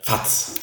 Fatz.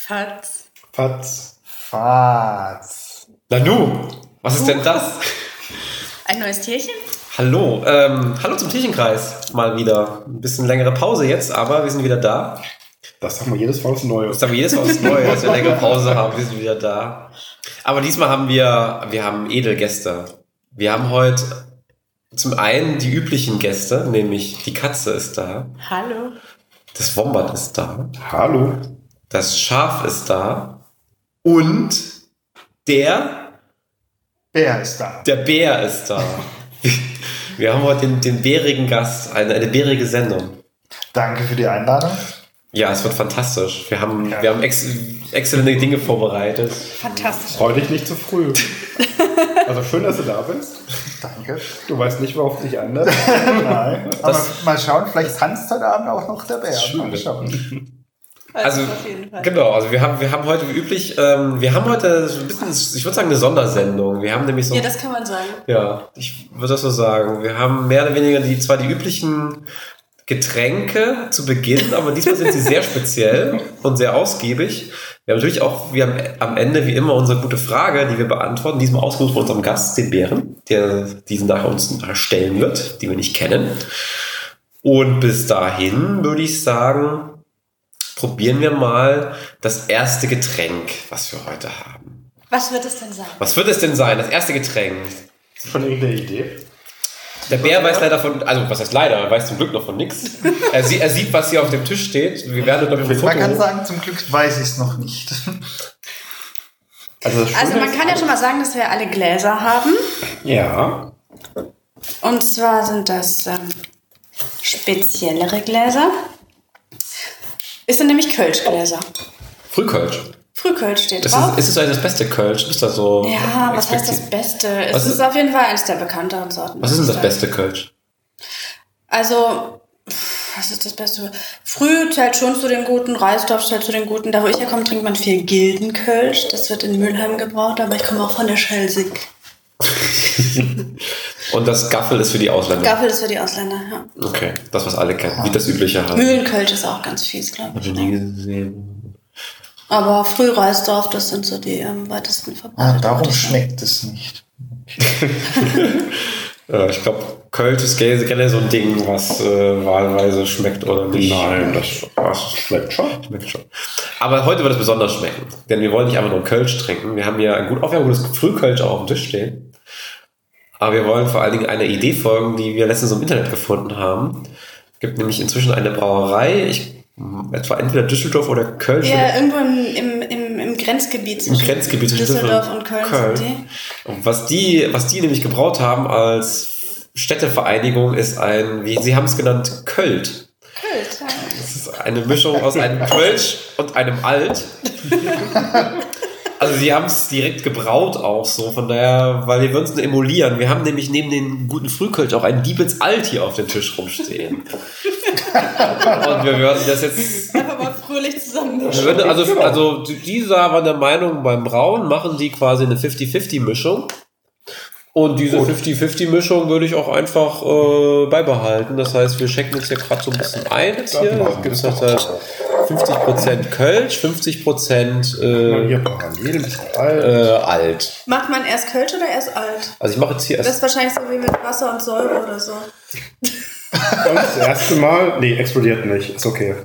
Nanu, was ist denn das? Ein neues Tierchen? Hallo, hallo zum Tierchenkreis. Mal wieder. Ein bisschen längere Pause jetzt, aber wir sind wieder da. Das sagen wir jedes Mal aufs Neue. Das sagen wir jedes Mal aufs Neue, dass wir eine längere Pause haben. Wir sind wieder da. Aber diesmal haben wir haben Edelgäste. Wir haben heute zum einen die üblichen Gäste, nämlich die Katze ist da. Hallo. Das Wombat ist da. Hallo. Das Schaf ist da. Und der Bär ist da. Der Bär ist da. Wir haben heute den bärigen Gast, eine bärige Sendung. Danke für die Einladung. Ja, es wird fantastisch. Wir haben exzellente Dinge vorbereitet. Fantastisch. Freu dich nicht zu früh. Also schön, dass du da bist. Danke. Du weißt nicht, worauf dich andere. Nein. Aber mal schauen, vielleicht tanzt heute Abend auch noch der Bär. Mal schauen. Also auf jeden Fall. Genau, also wir haben heute wie üblich, wir haben heute so ein bisschen, ich würde sagen, eine Sondersendung. Wir haben nämlich so. Ja, das kann man sagen. Ja, ich würde das so sagen. Wir haben mehr oder weniger die üblichen Getränke zu Beginn, aber diesmal sind sie sehr speziell und sehr ausgiebig. Wir haben natürlich auch, am Ende wie immer unsere gute Frage, die wir beantworten, diesmal ausgesucht von unserem Gast, den Bären, der diesen nachher uns stellen wird, die wir nicht kennen. Und bis dahin würde ich sagen, probieren wir mal das erste Getränk, was wir heute haben. Was wird es denn sein? Was wird es denn sein? Das erste Getränk. Schon irgendeine Idee? Der Bär weiß leider also was heißt leider, er weiß zum Glück noch von nichts. Er sieht, was hier auf dem Tisch steht. Wir werden glaube ich ein Foto. Man kann sagen, zum Glück weiß ich es noch nicht. Also Man kann ja schon mal sagen, dass wir alle Gläser haben. Ja. Und zwar sind das speziellere Gläser. Es sind nämlich Kölschgläser. Frühkölsch. Frühkölsch steht drauf. Ist es eigentlich das beste Kölsch? Ist das so? Ja, was heißt das Beste? Es ist auf jeden Fall eines der bekannteren Sorten. Was ist denn das beste Kölsch? Also, was ist das Beste? Früh zählt schon zu den Guten, Reisdorf zählt zu den Guten. Da, wo ich herkomme, trinkt man viel Gildenkölsch. Das wird in Mülheim gebraucht, aber ich komme auch von der Schelsig. Und das Gaffel ist für die Ausländer? Gaffel ist für die Ausländer, ja. Okay, das, was alle kennen, wie das übliche haben. Mühlenkölsch ist auch ganz fies, glaube ich. Hab ich nie gesehen. Aber Frühreisdorf, das sind so die am weitesten verbreiteten. Darum schmeckt es nicht. Ja, ich glaube, Kölsch ist generell so ein Ding, was wahlweise schmeckt oder nicht. Nein, das schmeckt schon. Schmeckt schon. Aber heute wird es besonders schmecken. Denn wir wollen nicht einfach nur Kölsch trinken. Wir haben ja ein gutes Frühkölsch auch auf dem Tisch stehen. Aber wir wollen vor allen Dingen einer Idee folgen, die wir letztens im Internet gefunden haben. Es gibt nämlich inzwischen eine Brauerei, etwa entweder Düsseldorf oder Köln. Ja, irgendwo im Grenzgebiet. Im Grenzgebiet zwischen Düsseldorf und Köln. Sind die. Und was die nämlich gebraut haben als Städtevereinigung ist sie haben es genannt, Költ. Költ, ja. Das ist eine Mischung aus einem Kölsch und einem Alt. Also sie haben es direkt gebraut auch so, von daher, weil wir würden es nur emulieren. Wir haben nämlich neben den guten Frühkölsch auch einen Diebels Alt hier auf dem Tisch rumstehen. Und wir würden das jetzt... Einfach mal fröhlich zusammenmischen. Also dieser war der Meinung, beim Brauen machen die quasi eine 50-50-Mischung. Und diese 50-50-Mischung würde ich auch einfach beibehalten. Das heißt, wir schenken jetzt hier gerade so ein bisschen ein. Jetzt hier gibt es halt 50% Kölsch, 50% Hier parallel ein bisschen alt. Macht man erst Kölsch oder erst alt? Also ich mache jetzt hier Das erst... ist wahrscheinlich so wie mit Wasser und Säure oder so. Und das erste Mal, nee, explodiert nicht, ist okay.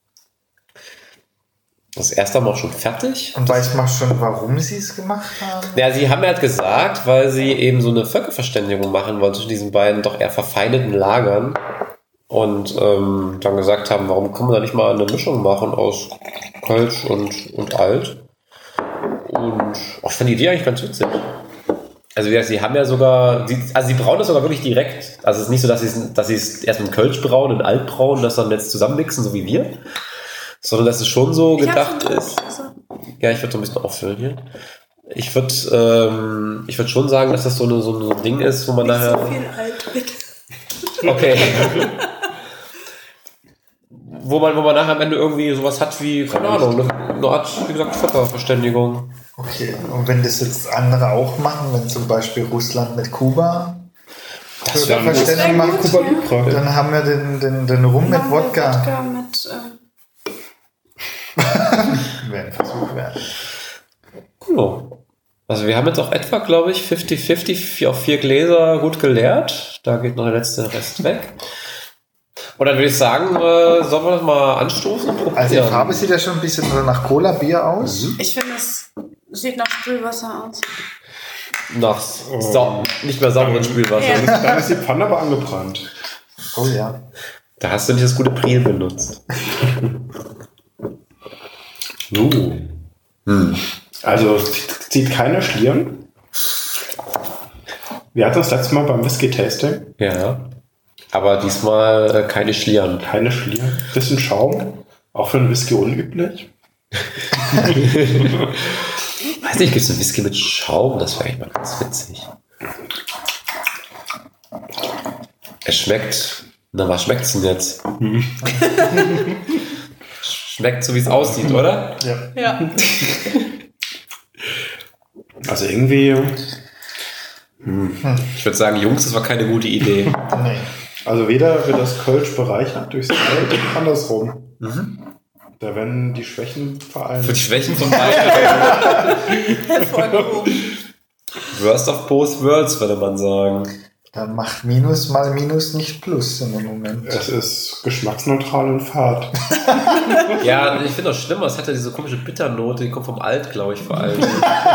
Das erste Mal auch schon fertig. Und weiß man schon, warum sie es gemacht haben? Ja, sie haben halt gesagt, weil sie eben so eine Völkerverständigung machen wollen zwischen diesen beiden doch eher verfeindeten Lagern. Und dann gesagt haben, warum können wir da nicht mal eine Mischung machen aus Kölsch und Alt? Und ich fand die Idee eigentlich ganz witzig. Also sie haben ja sogar, sie brauen das sogar wirklich direkt. Also es ist nicht so, dass sie es erst mit Kölsch brauen und Alt brauen, das dann jetzt zusammenmixen, so wie wir. Sondern dass es schon so gedacht ist. Ja, ich würde so ein bisschen auffüllen hier. Ich würde schon sagen, dass das so ein Ding ist, wo man Nicht nachher... so viel alt mit. Okay. wo man nachher am Ende irgendwie sowas hat wie, keine Ahnung, eine Art, wie gesagt, Völkerverständigung. Okay, und wenn das jetzt andere auch machen, wenn zum Beispiel Russland mit Kuba Das wäre Völkerverständigung macht, Kuba Libre. dann haben wir den Rum mit Wodka. Wodka mit Wäre ein Versuch wert. Genau. Also wir haben jetzt auch etwa, glaube ich, 50-50 auf 4 Gläser gut geleert. Da geht noch der letzte Rest weg. Und dann würde ich sagen, sollen wir das mal anstoßen und probieren? Also die Farbe sieht ja schon ein bisschen so nach Cola-Bier aus. Ich finde, es sieht nach Spülwasser aus. Nach nicht mehr sauberen Spülwasser. Ja. Dann ist die Pfanne aber angebrannt. Oh ja. Da hast du nicht das gute Priel benutzt. Also es zieht keine Schlieren. Wir hatten das letzte Mal beim Whisky-Tasting. Ja. Aber diesmal keine Schlieren. Keine Schlieren. Bisschen Schaum. Auch für einen Whisky unüblich. Weiß nicht, gibt es einen Whisky mit Schaum? Das wäre eigentlich mal ganz witzig. Es schmeckt. Na, was schmeckt's denn jetzt? Schmeckt so, wie es aussieht, oder? Ja. Also irgendwie... Ich würde sagen, Jungs, das war keine gute Idee. Nee. Also weder wird das Kölsch bereichert durchs Alt, noch andersrum. Da werden die Schwächen vor allem... Für die Schwächen von beiden. Hervorgehoben. Worst of both worlds, würde man sagen. Dann macht Minus mal Minus nicht Plus in dem Moment. Es ist geschmacksneutral und fad. Ja, ich finde das schlimmer. Es hat ja diese komische Bitternote, die kommt vom Alt, glaube ich, vor allem.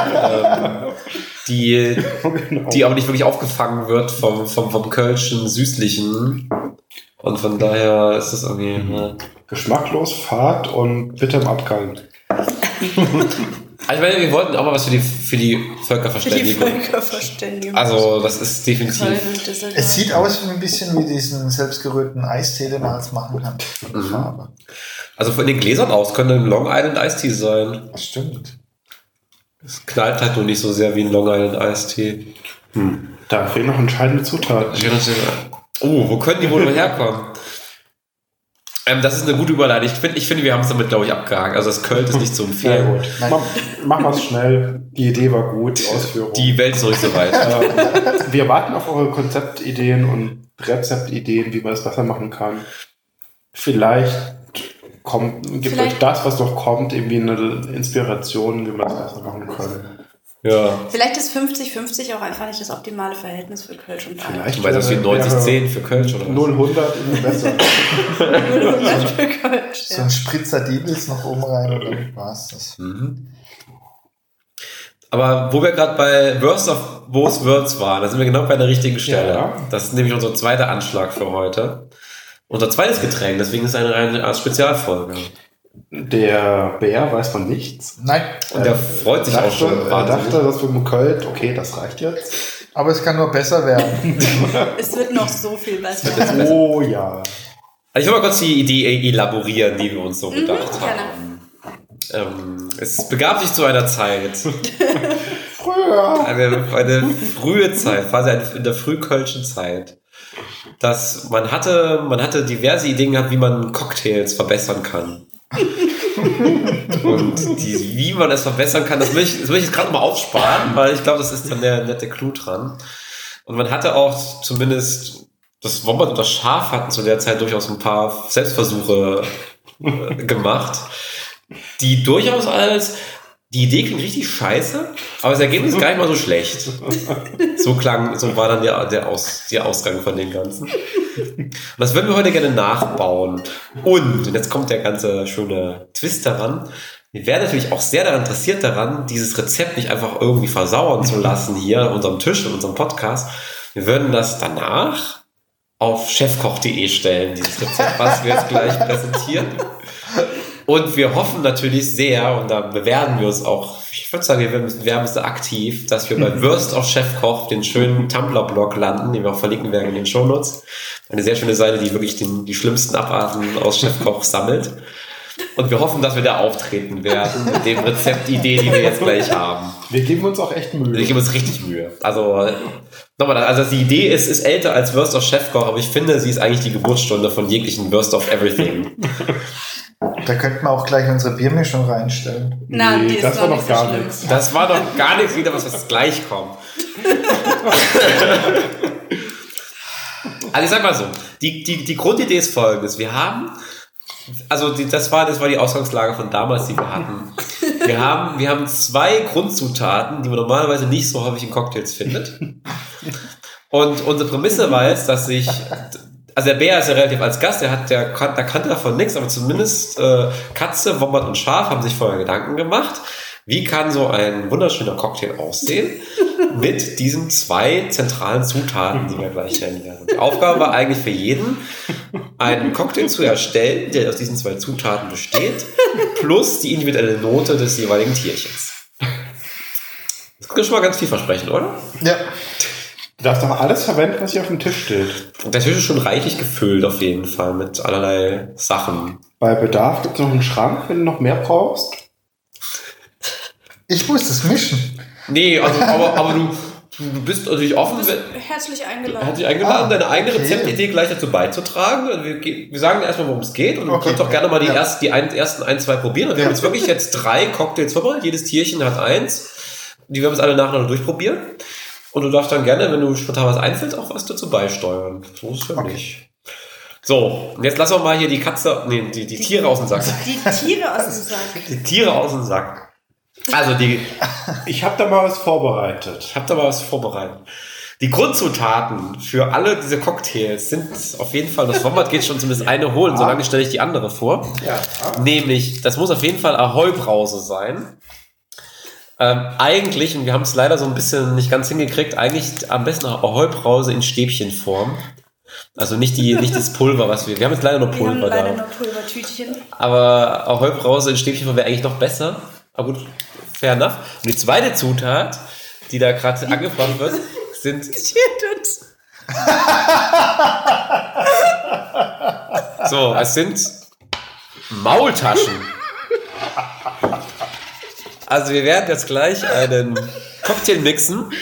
Die aber nicht wirklich aufgefangen wird vom Kölschen Süßlichen. Und von daher ist das irgendwie... Geschmacklos, fad und bitter im Abgang. Also ich meine, wir wollten auch mal was für die Völkerverständigung. Also das ist definitiv... Es sieht aus wie ein bisschen wie diesen selbstgerührten Eistee, den man als machen kann. Farbe. Also von den Gläsern aus könnte ein Long Island Eistee sein. Das stimmt. Es knallt halt nur nicht so sehr wie ein Long Island Eistee. Da fehlen noch entscheidende Zutaten. Oh, wo können die wohl noch herkommen? Das ist eine gute Überleitung. Ich finde, wir haben es damit, glaube ich, abgehakt. Also das Köln ist nicht zu empfehlen. Ja, gut. Machen wir es schnell. Die Idee war gut, die Ausführung. Die Welt ist noch nicht so weit. Wir warten auf eure Konzeptideen und Rezeptideen, wie man das besser machen kann. Vielleicht gibt euch das, was noch kommt, irgendwie eine Inspiration, wie man das besser machen kann. Ja. Vielleicht ist 50-50 auch einfach nicht das optimale Verhältnis für Kölsch und Alt. Vielleicht Du meinst das wie 90-10 für Kölsch oder was? 0-100 ist besser. 0-100 für Kölsch, So ein Spritzer Diebels noch oben rein und dann war's das. Aber wo wir gerade bei Worst of Both Worlds waren, da sind wir genau bei der richtigen Stelle. Ja. Das ist nämlich unser zweiter Anschlag für heute. Unser zweites Getränk, deswegen ist es eine Art Spezialfolge. Der Bär weiß von nichts. Nein, Und der freut sich auch schon. Er dachte, das mit dem Köln, okay, das reicht jetzt. aber es kann nur besser werden. Es wird noch so viel besser. Oh ja. Ich will mal kurz die Idee elaborieren, die wir uns so gedacht gerne. haben. Es begab sich zu einer Zeit, Früher. eine frühe Zeit, quasi in der frühkölschen Zeit, dass man hatte diverse Ideen gehabt, wie man Cocktails verbessern kann. Und wie man es verbessern kann, das will ich jetzt gerade mal aufsparen, weil ich glaube, das ist dann der nette Clou dran. Und man hatte auch zumindest, das Wombat und das Schaf hatten zu der Zeit durchaus ein paar Selbstversuche gemacht, die durchaus die Idee klingt richtig scheiße, aber das Ergebnis ist gar nicht mal so schlecht. So war dann der Ausgang von dem Ganzen. Und das würden wir heute gerne nachbauen. Und jetzt kommt der ganze schöne Twist daran. Wir wären natürlich auch sehr daran interessiert dieses Rezept nicht einfach irgendwie versauern zu lassen hier an unserem Tisch, in unserem Podcast. Wir würden das danach auf chefkoch.de stellen, dieses Rezept, was wir jetzt gleich präsentieren. Und wir hoffen natürlich sehr, und da bewerben wir uns auch, ich würde sagen, wir bewerben uns da aktiv, dass wir bei Worst of Chefkoch den schönen Tumblr-Blog landen, den wir auch verlinken werden in den Shownotes. Eine sehr schöne Seite, die wirklich die schlimmsten Abarten aus Chefkoch sammelt. Und wir hoffen, dass wir da auftreten werden mit dem Rezeptidee, die wir jetzt gleich haben. Wir geben uns auch echt Mühe. Wir geben uns richtig Mühe. Also, nochmal, also die Idee ist älter als Worst of Chefkoch, aber ich finde, sie ist eigentlich die Geburtsstunde von jeglichen Worst of Everything. Da könnten wir auch gleich unsere Biermischung reinstellen. Nein, die ist das war doch noch nicht gar so schlimm. nichts. Das war doch gar nichts wieder, was gleich kommt. Also ich sag mal so, die Grundidee ist folgendes. Wir haben Also das war die Ausgangslage von damals, die wir hatten. Wir haben 2 Grundzutaten, die man normalerweise nicht so häufig in Cocktails findet. Und unsere Prämisse war jetzt, dass also der Bär ist ja relativ als Gast, der kannte davon nichts, aber zumindest Katze, Wombat und Schaf haben sich vorher Gedanken gemacht, wie kann so ein wunderschöner Cocktail aussehen mit diesen 2 zentralen Zutaten, die wir gleich nennen werden. Die Aufgabe war eigentlich für jeden, einen Cocktail zu erstellen, der aus diesen 2 Zutaten besteht, plus die individuelle Note des jeweiligen Tierchens. Das ist schon mal ganz vielversprechend, oder? Ja. Du darfst doch alles verwenden, was hier auf dem Tisch steht. Der Tisch ist schon reichlich gefüllt auf jeden Fall mit allerlei Sachen. Bei Bedarf gibt es noch einen Schrank, wenn du noch mehr brauchst. Ich muss das mischen. Nee, also, aber du bist natürlich offen. Herzlich eingeladen. Herzlich eingeladen, deine eigene Rezeptidee gleich dazu beizutragen. Also wir sagen erstmal, worum es geht. Und du könnt doch gerne mal die ersten 1, 2 probieren. Und wir haben jetzt wirklich jetzt 3 Cocktails vorbereitet. Jedes Tierchen hat 1. Die werden wir jetzt alle nacheinander durchprobieren. Und du darfst dann gerne, wenn du spontan was einfällt, auch was dazu beisteuern. So ist es für mich. So, und jetzt lassen wir mal hier die Katze, die Tiere aus dem Sack. Die Tiere aus dem Sack. Die Tiere aus dem Sack. Also ich habe da mal was vorbereitet. Die Grundzutaten für alle diese Cocktails sind auf jeden Fall, das Wombat geht schon zumindest eine holen, solange stelle ich die andere vor. Ja. Nämlich, das muss auf jeden Fall Ahoi-Brause sein. Eigentlich, und wir haben es leider so ein bisschen nicht ganz hingekriegt, eigentlich am besten Ahoi-Brause in Stäbchenform. Also nicht das Pulver, was wir haben jetzt leider nur Pulver da. Wir haben leider nur Pulvertütchen. Aber Ahoi-Brause in Stäbchenform wäre eigentlich noch besser. Aber gut, fair enough. Und die zweite Zutat, die da gerade angebracht wird, sind... So, es sind Maultaschen. Also wir werden jetzt gleich einen Cocktail mixen,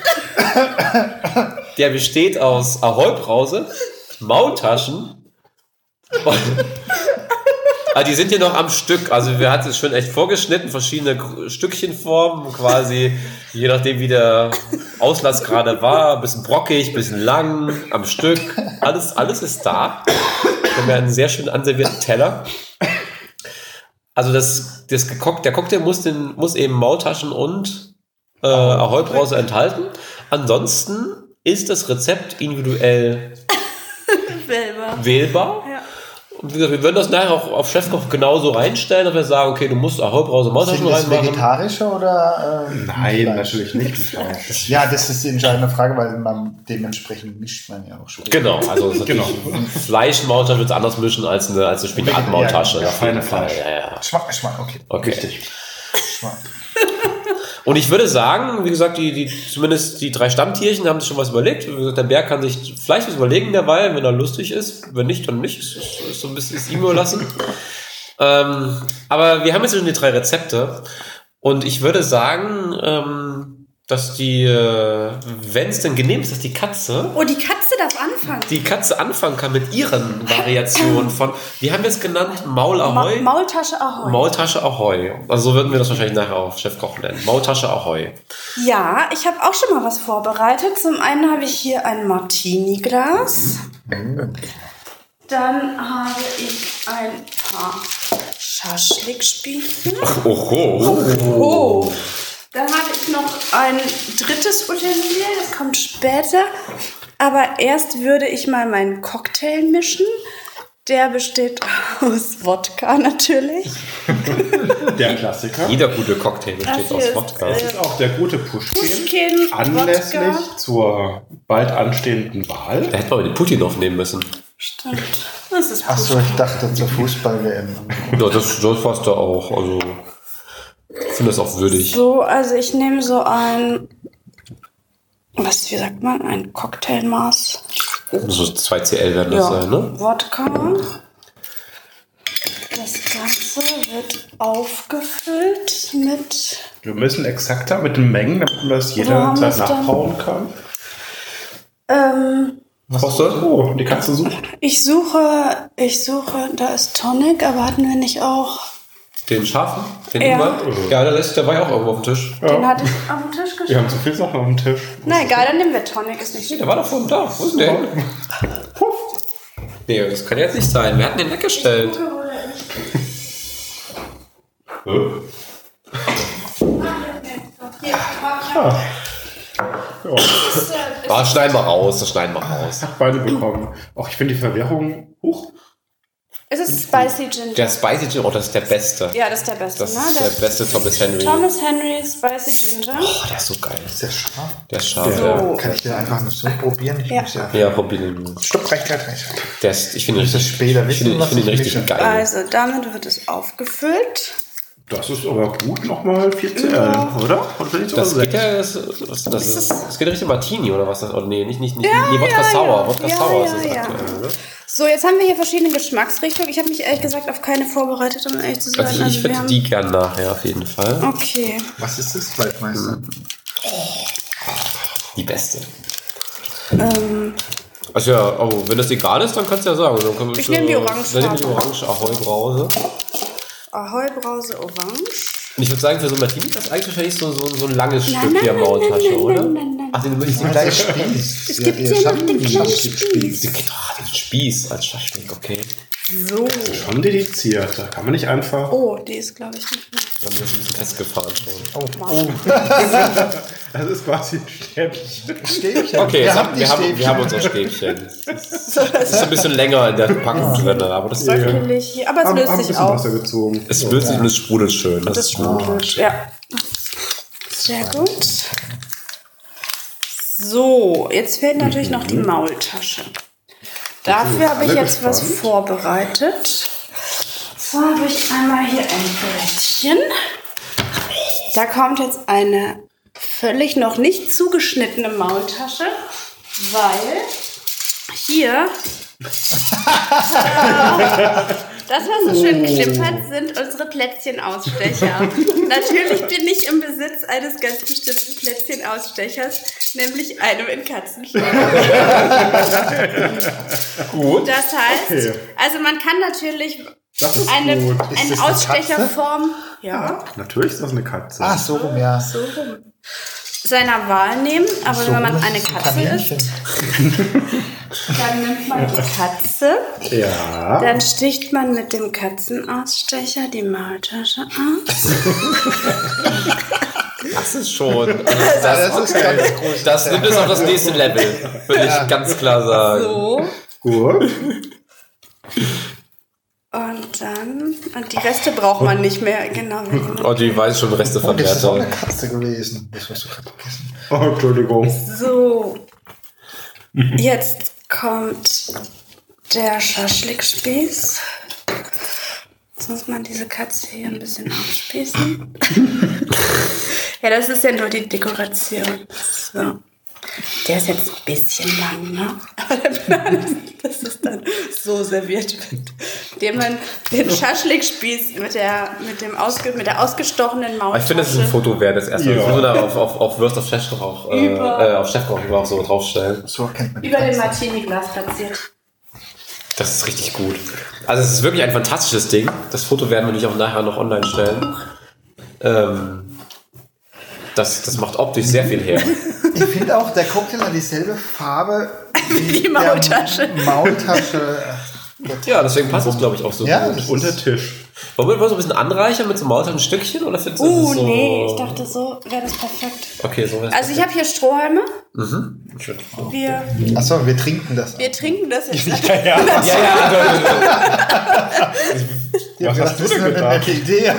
der besteht aus Ahoi-Brause, Maultaschen und die sind hier noch am Stück. Also wir hatten es schon echt vorgeschnitten, verschiedene Stückchenformen, quasi je nachdem wie der Auslass gerade war, ein bisschen brockig, ein bisschen lang, am Stück. Alles ist da. Wir haben einen sehr schön anservierten Teller. Also der Cocktail muss eben Maultaschen und Ahoi-Brause enthalten. Ansonsten ist das Rezept individuell wählbar. Ja. Und wie gesagt, wir würden das nachher auch auf Chefkoch genauso reinstellen, dass wir sagen, okay, du musst Ahoi-Brause Maultaschen reinmachen. Ist das vegetarische oder? Nein, natürlich nicht. Ja, das ist die entscheidende Frage, weil man dementsprechend mischt man ja auch schon. Genau, also Fleisch-Maultasche wird es anders mischen als eine Spinat-Maultasche. Ja, feine Fleisch. Ja. Geschmack, okay. Richtig. Geschmack. Und ich würde sagen, wie gesagt, zumindest die 3 Stammtierchen haben sich schon was überlegt. Wie gesagt, der Bär kann sich vielleicht was überlegen derweil, wenn er lustig ist. Wenn nicht, dann nicht. Ist so ein bisschen ihm überlassen. Aber wir haben jetzt schon die 3 Rezepte. Und ich würde sagen, dass wenn es denn genehm ist, dass die Katze... Oh, die Katze darf anfangen. Die Katze anfangen kann mit ihren Variationen von... Wie haben wir es genannt? Maul-Ahoi? Maultasche Ahoi. Maultasche Ahoi. Also so würden wir das wahrscheinlich nachher auf Chefkoch nennen. Maultasche Ahoi. Ja, ich habe auch schon mal was vorbereitet. Zum einen habe ich hier ein Martini-Glas. Dann habe ich ein paar Schaschlikspießen. Oh. Dann habe ich noch ein drittes Utensil, das kommt später. Aber erst würde ich mal meinen Cocktail mischen. Der besteht aus Wodka natürlich. Der Klassiker. Jeder gute Cocktail besteht aus Wodka. Das ist auch der gute Pushkin anlässlich Wodka. Zur bald anstehenden Wahl. Da hätten wir den Putin aufnehmen müssen. Stimmt. Das ist Achso, ich dachte zur Fußball-WM. Ja, das passt da auch. Also, ich finde das auch würdig. So, also ich nehme so ein, wie sagt man, ein Cocktailmaß. So 2 CL werden das sein, ne? Wodka. Das Ganze wird aufgefüllt mit... Wir müssen exakter mit den Mengen, damit man das jederzeit nachbauen kann. Was brauchst du? Oh, die Katze sucht. Ich suche, da ist Tonic, aber hatten wir nicht auch... Den scharfen? Den Ja. Ja, der war ja auch irgendwo auf dem Tisch. Ja. Den hatte ich auf dem Tisch Wir geschrieben. haben zu viel Sachen auf dem Tisch. Na egal, dann nehmen wir Tonic, ist nicht Der schlimm. war doch vorhin da. Wo ist denn der? Nee, das kann jetzt nicht sein. Wir hatten den weggestellt. Ich gucke, wo der Schneiden wir raus, das schneiden wir raus. Ich hab beide bekommen. Auch ich finde die Verwirrung hoch. Es ist Spicy Ginger. Der Spicy Ginger, das ist der beste. Ja, das ist der beste, Das ist der beste Thomas Henry. Thomas Henry Spicy Ginger. Oh, der ist so geil. Ist der scharf? Der ist scharf. So. Kann ich den einfach nur so probieren? Ich muss Ja, probier den. Stopp, reicht. Der ist, ich finde ihn das richtig, später ich finde wissen, was ihn ich richtig mische. geil. Also, damit wird es aufgefüllt. Das ist aber gut, nochmal 4 CL, oder? Und wenn ich Das sogar geht ja, das geht Richtung Martini, oder was? Oh, nee, nicht Wodka Sour. Wodka Sour ist das aktuell, ne? So, jetzt haben wir hier verschiedene Geschmacksrichtungen. Ich habe mich ehrlich gesagt auf keine vorbereitet, um ehrlich zu sein. Also ich hätte die gern nachher auf jeden Fall. Okay. Was ist das, Waldmeister? Die beste. Also ja, aber wenn das egal ist, dann kannst du ja sagen. Dann können wir Ich nehme die Orange. Dann nehme ich die Orange Ahoi Brause. Ahoi Brause Orange. Und ich würde sagen, für so Martini ist das eigentlich wahrscheinlich so ein langes Stück hier Maultasche, oder? Nein. Ach, den würde ich Ein kleines Spieß. Es gibt hier noch den kleinen Spieß. Den Spieß als Schaschlik, okay. So. schon dediziert. Da kann man nicht einfach. Oh, die ist, glaube ich, nicht mehr. Wir haben das ein bisschen festgefahren schon. Das ist quasi ein Stäbchen. Stäbchen. Okay, wir haben unser Stäbchen. Das ist ein bisschen länger in der Packung drin, aber das Wackelig hier. Aber es Haben löst ein sich bisschen auf. Wasser gezogen. es löst sich und es sprudelt schön. Das Das ist gut. sprudelt. Ja. Sehr gut. So, jetzt fehlt natürlich noch die Maultasche. Dafür habe ich alle jetzt was gespannt. vorbereitet. So habe ich einmal hier ein Brettchen. Da kommt jetzt eine völlig noch nicht zugeschnittene Maultasche, weil hier das, was so schön klimpert, sind unsere Plätzchenausstecher. Natürlich bin ich im Besitz eines ganz bestimmten Plätzchenausstechers, nämlich einem in Katzenschwanz. Gut. Das heißt, Okay. also man kann natürlich Das ist eine gut. das eine Ausstecherform, ja, Natürlich ist das eine Katze. Ah, so rum, ja. so rum, seiner Wahl nehmen. Aber So wenn man rum eine ist ein Katze Kaninchen. ist, dann nimmt man die Katze, Ja. dann sticht man mit dem Katzenausstecher die Maultasche aus. Das ist schon. Das ist ganz groß. Das nimmt es auf das nächste Level, würde ich ganz klar sagen. So. Gut. Und die Reste braucht man nicht mehr. Genau. wenn jemand- Oh, die weiß schon Oh, das ist auch Resteverwertung. eine Katze gewesen. Das hast du gerade vergessen. Oh, Entschuldigung. So. Jetzt kommt der Schaschlikspieß. Jetzt muss man diese Katze hier ein bisschen aufspießen. Ja, das ist ja nur die Dekoration. So. Der ist jetzt ein bisschen lang, ne? Aber der Plan ist, dass es dann so serviert wird. Indem man den Schaschlikspieß mit der ausgestochenen Maultasche. Ich finde, das ist ein Foto wert, das erste. Ja. Das müssen wir da auf Würst auf Chefkoch auch, auf Chefkoch auch so draufstellen. So kennt man die über dem Katze. Martini-Glas platziert. Das ist richtig gut. Also es ist wirklich ein fantastisches Ding. Das Foto werden wir nicht auch nachher noch online stellen. Das macht optisch sehr viel her. Ich finde auch, der Cocktail hat dieselbe Farbe wie Die Maultasche. Der Maultasche. Ja, deswegen passt es, glaube ich, auch so Ja, gut. das Und der ist, Tisch. Wollen wir so ein bisschen anreichern mit so Maultaschenstückchen? Oder findest du das ist so... Nee, ich dachte, so wäre das perfekt. Okay, so wär's. Also ich habe hier Strohhalme. Ich würd- achso, wir trinken das. Wir trinken das jetzt. Ja, Was hast du denn eine gedacht? nette Idee.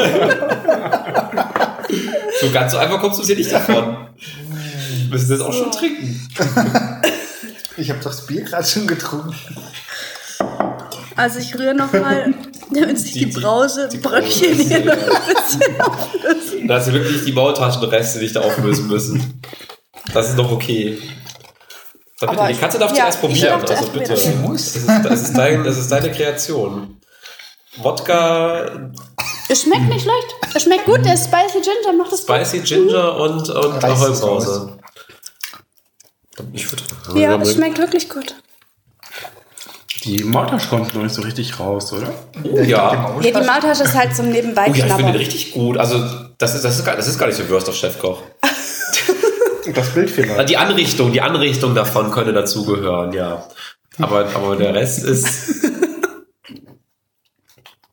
so ganz so einfach kommst du hier nicht davon. Wir müssen das auch schon trinken. Ich habe doch das Bier gerade schon getrunken. Also ich rühre nochmal, damit sich die Bröckchen hier noch ein bisschen auflösen. Da hast du wirklich die Maultaschenreste nicht da auflösen müssen. Das ist doch okay. Aber bitte, Aber die Katze darf ja, zuerst ich probieren. darf Also zuerst bitte. probieren. Muss. Das ist deine Kreation. Wodka, Es schmeckt nicht schlecht. Es schmeckt gut. Der Spicy Ginger macht es gut. Spicy Ginger und Reißt es Ahoi-Brause. Ich würde. Ja, es schmeckt wirklich gut. Die Maultasche kommt noch nicht so richtig raus, oder? Oh ja. Ja, die Maultasche ist halt zum Nebenbei Oh ja, ich finde knabbern. den richtig gut. Also, das ist gar nicht so Würst auf Chefkoch. Das Bild vielleicht. Die Anrichtung davon könnte dazugehören, ja. Aber der Rest ist.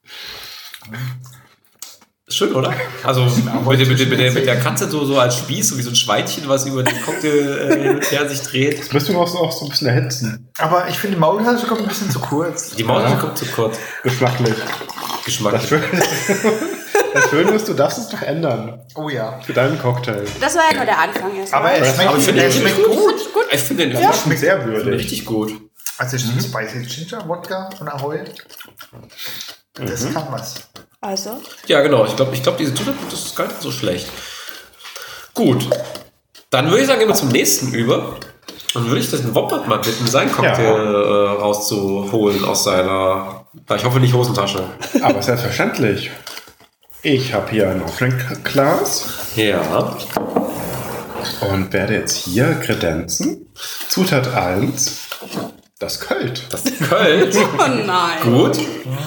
Schön, oder? Also mit der Katze so als Spieß, so wie so ein Schweinchen, was über den Cocktail hin und her sich dreht. Das müssen wir auch so ein bisschen erhitzen. Aber ich finde, die Maultasche kommt ein bisschen zu kurz. Die Maultasche kommt zu kurz. Geschmacklich. Das Schöne ist, du darfst es doch ändern. Oh ja. Für deinen Cocktail. Das war ja nur der Anfang erst. Aber er schmeckt gut. Ich finde den Schmeckt sehr würdig. richtig gut. Also Spicy Ginger, Wodka und Ahoi. Das kann was. Also? Ja, genau. Ich glaube, diese Zutat, das ist gar nicht so schlecht. Gut. Dann würde ich sagen, gehen wir zum nächsten über. Und würde ich den Wombat mal bitten, seinen Cocktail rauszuholen aus seiner, ich hoffe nicht Hosentasche. Aber selbstverständlich. Ich habe hier ein Offering-Glas. Ja. Und werde jetzt hier kredenzen. Zutat 1. Das Költ. Das Kölsch. Oh nein. Gut.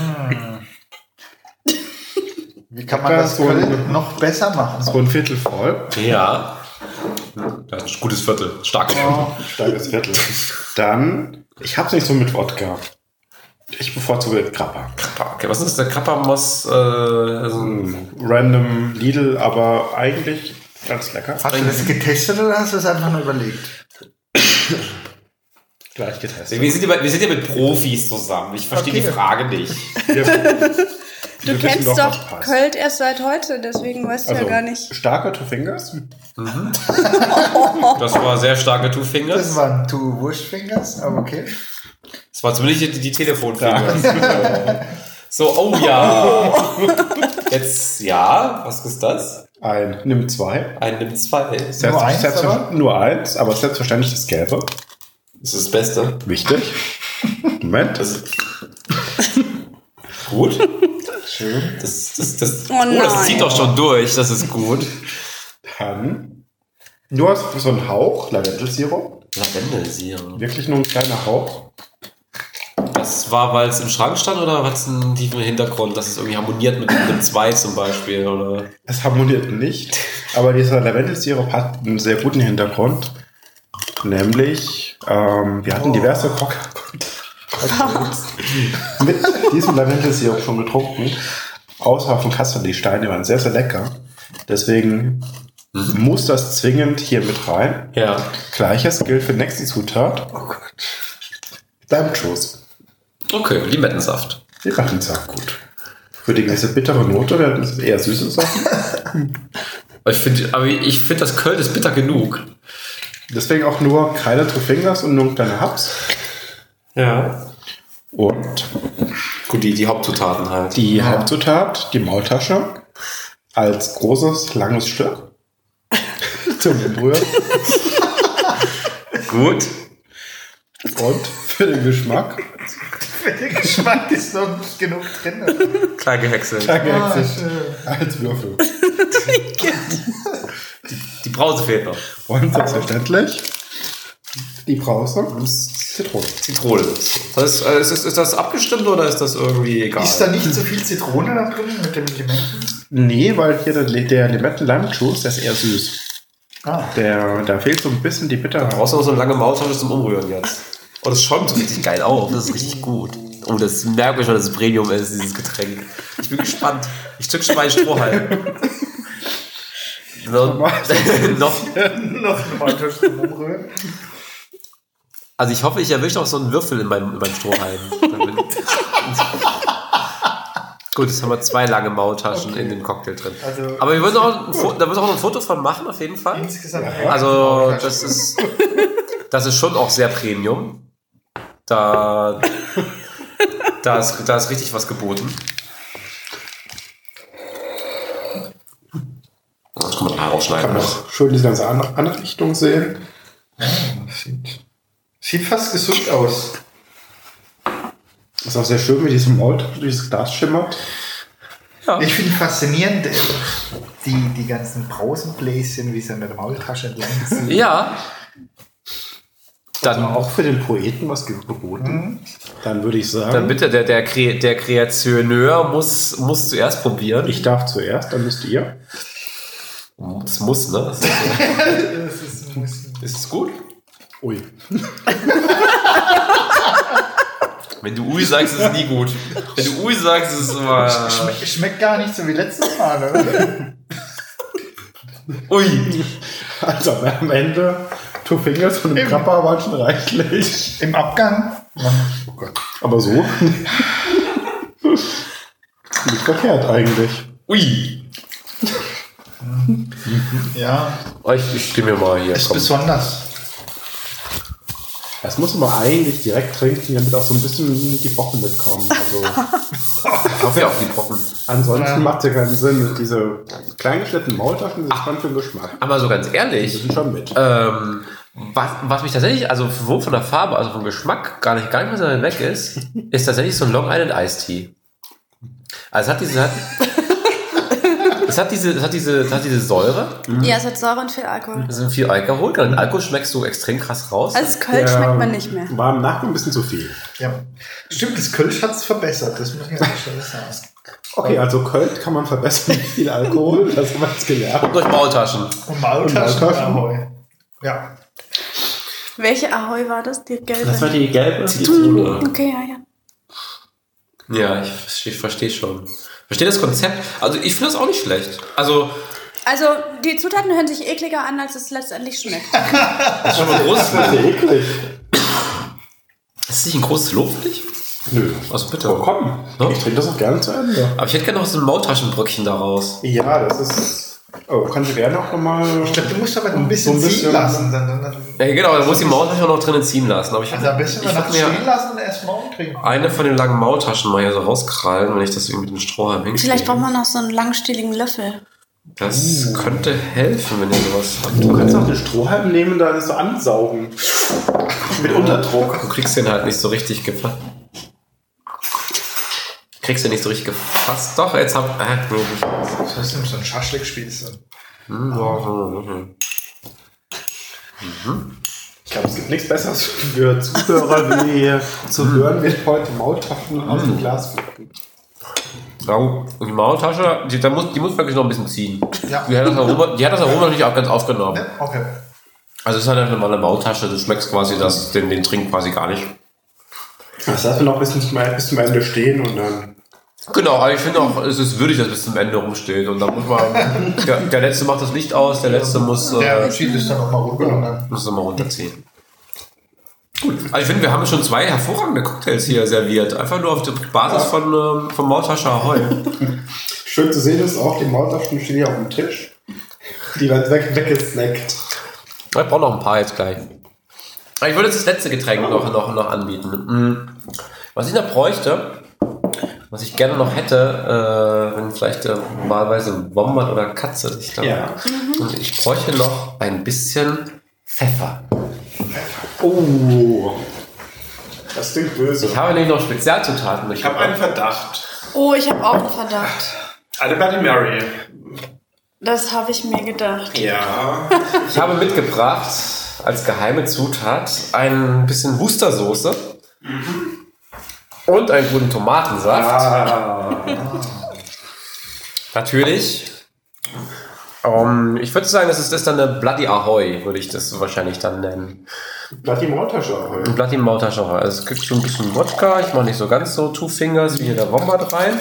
Wie kann man das noch besser machen? So ein Viertel voll. Ja. Das ist ein gutes Viertel. Starkes Viertel. Starkes Viertel. Dann, ich habe es nicht so mit Wodka. Ich bevorzuge Grappa. Okay, was ist das? Der Grappa-Moss? Random Lidl, aber eigentlich ganz lecker. Hast du das getestet oder hast du es einfach nur überlegt? Gleich getestet. Wir sind ja mit Profis zusammen. Ich verstehe die Frage nicht. Du kennst doch Költ erst seit heute, deswegen weißt du ja gar nicht. Starke Two Fingers? Das war sehr starke Two Fingers. Das waren Two Wurstfingers, aber okay. Das war zumindest die Telefonfingers. So, oh ja. Jetzt, ja, was ist das? Ein Nimm 2. Ein Nimm 2. Nur eins, aber selbstverständlich das Gelbe. Das ist das Beste. Wichtig. Moment. Das ist gut. Schön. Das zieht doch schon durch. Das ist gut. Dann nur so ein Hauch Lavendelsirup. Lavendelsirup. Wirklich nur ein kleiner Hauch. Das war, weil es im Schrank stand oder hat es einen tiefen Hintergrund, dass es irgendwie harmoniert mit dem 2 zum Beispiel? Oder? Es harmoniert nicht, aber dieser Lavendelsirup hat einen sehr guten Hintergrund. Nämlich, wir hatten diverse Cocktails mit diesem Lavendelsirup schon getrunken. Außer von Kasterli-Stein, die waren sehr, sehr lecker. Deswegen muss das zwingend hier mit rein. Ja. Gleiches gilt für die nächste Zutat. Oh Gott. Dampfschuss. Okay, Limettensaft. Limettensaft, gut. Für die gewisse bittere Note werden es eher süße Sachen. Ich finde, das Köln ist bitter genug. Deswegen auch nur keine Two Fingers und nur ein kleiner Haps. Ja. Und gut, die Hauptzutaten halt. Die Hauptzutat, die Maultasche, als großes, langes Stück zum Umrühren. Gut. Und für den Geschmack. Für den Geschmack ist noch nicht genug drin. Klein gehäckselt. Als Würfel. Die Brause fehlt noch. Und selbstverständlich die Brause und Zitrone. Das heißt, ist das abgestimmt oder ist das irgendwie egal? Ist da nicht so viel Zitrone da drin mit den Limetten? Nee, weil hier der Limetten-Lime-Juice, der ist eher süß. Ah. Da fehlt so ein bisschen die Bitterheit. Du brauchst noch so eine lange Maultasche zum Umrühren jetzt. Oh, das schäumt so richtig geil auf. Das ist richtig gut. Oh, das merkt man schon, dass es Premium ist, dieses Getränk. Ich bin gespannt. Ich zück schon meinen Strohhalm. noch eine Maultasche zum Umrühren. Also ich hoffe, ich erwische auch so einen Würfel in meinem Strohhalm. Gut, jetzt haben wir 2 lange Maultaschen in dem Cocktail drin. Also, aber wir wollen da müssen wir auch ein Foto von machen, auf jeden Fall. Insgesamt. Also das ist schon auch sehr Premium. Da ist richtig was geboten. Das kann man rausschneiden. Kann man schön diese ganze andere Richtung sehen. Ja, sieht fast gesund aus. Ist auch sehr schön, wie dieses Glas schimmert. Ja. Ich finde faszinierend, die ganzen Brausenbläschen, wie sie in der Maultasche entlang sind. Ja. Dann auch für den Poeten was geboten. Dann würde ich sagen. Dann bitte, der Kreationeur muss zuerst probieren. Ich darf zuerst, dann müsst ihr. Das muss, ne? Ist es gut? Ui. Wenn du Ui sagst, ist es nie gut. Wenn du Ui sagst, ist es immer... Schmeckt gar nicht so wie letztes Mal, oder? Ui. Also am Ende, Two Fingers von dem Krabber waren schon reichlich. Im Abgang. Oh Gott. Aber so? Nicht verkehrt eigentlich. Ui. Ja. Ich stimme mir mal hier. Ist besonders. Das muss man eigentlich direkt trinken, damit auch so ein bisschen die Brocken mitkommen. Also, Ich hoffe ja auf die Brocken. ansonsten macht es ja keinen Sinn. Diese kleingeschnittenen Maultaschen sind spannend für den Geschmack. Aber so ganz Die ehrlich, sind schon mit. was mich tatsächlich, also sowohl von der Farbe, also vom Geschmack gar nicht mehr so weg ist tatsächlich so ein Long Island Iced Tea. Also es hat diese Säure. Ja, es hat Säure und viel Alkohol. Es sind viel Alkohol. Den Alkohol schmeckst du extrem krass raus. Also das Kölsch schmeckt man nicht mehr. War im Nachhinein ein bisschen zu viel. Ja. Stimmt, das Kölsch hat es verbessert. Das muss ich an der Stelle sagen. Okay, also Kölsch kann man verbessern mit viel Alkohol. Das haben wir jetzt gelernt. Durch Maultaschen. Und Maultaschen. Ahoi. Ja. Welche Ahoi war das? Die gelbe? Das war die gelbe Zitrone. Okay, ja. Ja, ich verstehe schon. Verstehe das Konzept. Also ich finde das auch nicht schlecht. Also die Zutaten hören sich ekliger an, als es letztendlich schmeckt. das ist schon mal ein großes Das ist eklig. Ist es nicht ein großes Lob für dich? Nö. Also bitte. Oh, komm. No? Ich trinke das auch gerne zu Ende. Aber ich hätte gerne noch so ein Maultaschenbröckchen daraus. Ja, das ist... Oh, kannst du gerne auch nochmal... Ich glaube, du musst aber noch ein bisschen ziehen lassen. Dann Ja, genau, da muss die Maultasche auch noch drinnen ziehen lassen. Aber ich also am besten mal nachts stehen lassen und erst morgen trinken. eine von den langen Maultaschen mal hier so rauskrallen, wenn ich das irgendwie mit dem Strohhalm hinkriege. Vielleicht braucht man noch so einen langstieligen Löffel. Das könnte helfen, wenn ihr sowas habt. Du kannst auch den Strohhalm nehmen und da so ansaugen. Mit Unterdruck. Du kriegst den halt nicht so richtig gefasst. Kriegst du nicht so richtig gefasst. Doch, jetzt hab... nee, nicht. Das ist nämlich so ein Schaschlik-Spieß. Ich glaube, es gibt nichts Besseres für Zuhörer, wie zu hören, wie heute Maultaschen aus dem Glas fliegen. Ja, und die Maultasche, die muss wirklich noch ein bisschen ziehen. Ja. Die hat das Aroma natürlich auch ganz aufgenommen. Ja, okay. Also es ist halt eine normale Maultasche, du schmeckst quasi den Trink quasi gar nicht. Das lassen wir noch bis zum Ende stehen und dann... Genau, aber ich finde auch, es ist würdig, dass bis zum Ende rumsteht. Und da muss man, der Letzte macht das Licht aus, der Letzte muss Der schiebt es dann nochmal runter und dann. muss es mal runterziehen. Gut. Also ich finde, wir haben schon 2 hervorragende Cocktails hier serviert. Einfach nur auf der Basis von Maultasche Ahoi. Schön zu sehen ist auch, die Maultaschen stehen hier auf dem Tisch. Die werden weggesnackt. Ich brauche noch ein paar jetzt gleich. Ich würde jetzt das letzte Getränk noch anbieten. Was ich noch bräuchte, was ich gerne noch hätte, wenn vielleicht normalerweise Wombat oder Katze sich da. Ja. Und ich bräuchte noch ein bisschen Pfeffer. Oh, das klingt böse. Ich habe nämlich noch Spezialzutaten. Ich habe einen Verdacht. Oh, ich habe auch einen Verdacht. Eine Bloody Mary. Das habe ich mir gedacht. Ja. Ich habe mitgebracht als geheime Zutat ein bisschen Wustersoße und einen guten Tomatensaft. Natürlich. Ich würde sagen, das ist dann eine Bloody Ahoi, würde ich das wahrscheinlich dann nennen. Bloody Maultasche Ahoi. Ein Bloody Maultasche Ahoi. Also es gibt so ein bisschen Wodka. Ich mache nicht so ganz so Two Fingers wie hier der Wombat rein.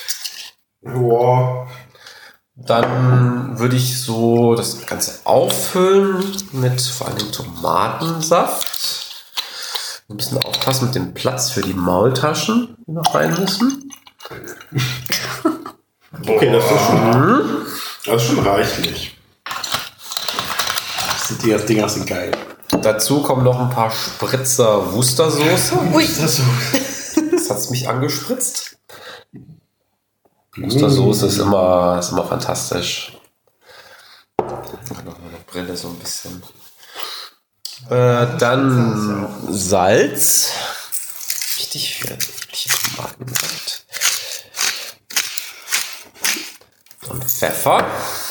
Wow. Dann würde ich so das Ganze auffüllen mit vor allem Tomatensaft. Ein bisschen aufpassen mit dem Platz für die Maultaschen, die noch rein müssen. Okay, das ist schon reichlich. Die Dinger sind geil. Dazu kommen noch ein paar Spritzer Wustersoße. Ui. Das hat es mich angespritzt. Wustersoße ist immer fantastisch. Noch meine Brille so ein bisschen. Dann Salz. Wichtig für Tomatensaft. Und Pfeffer.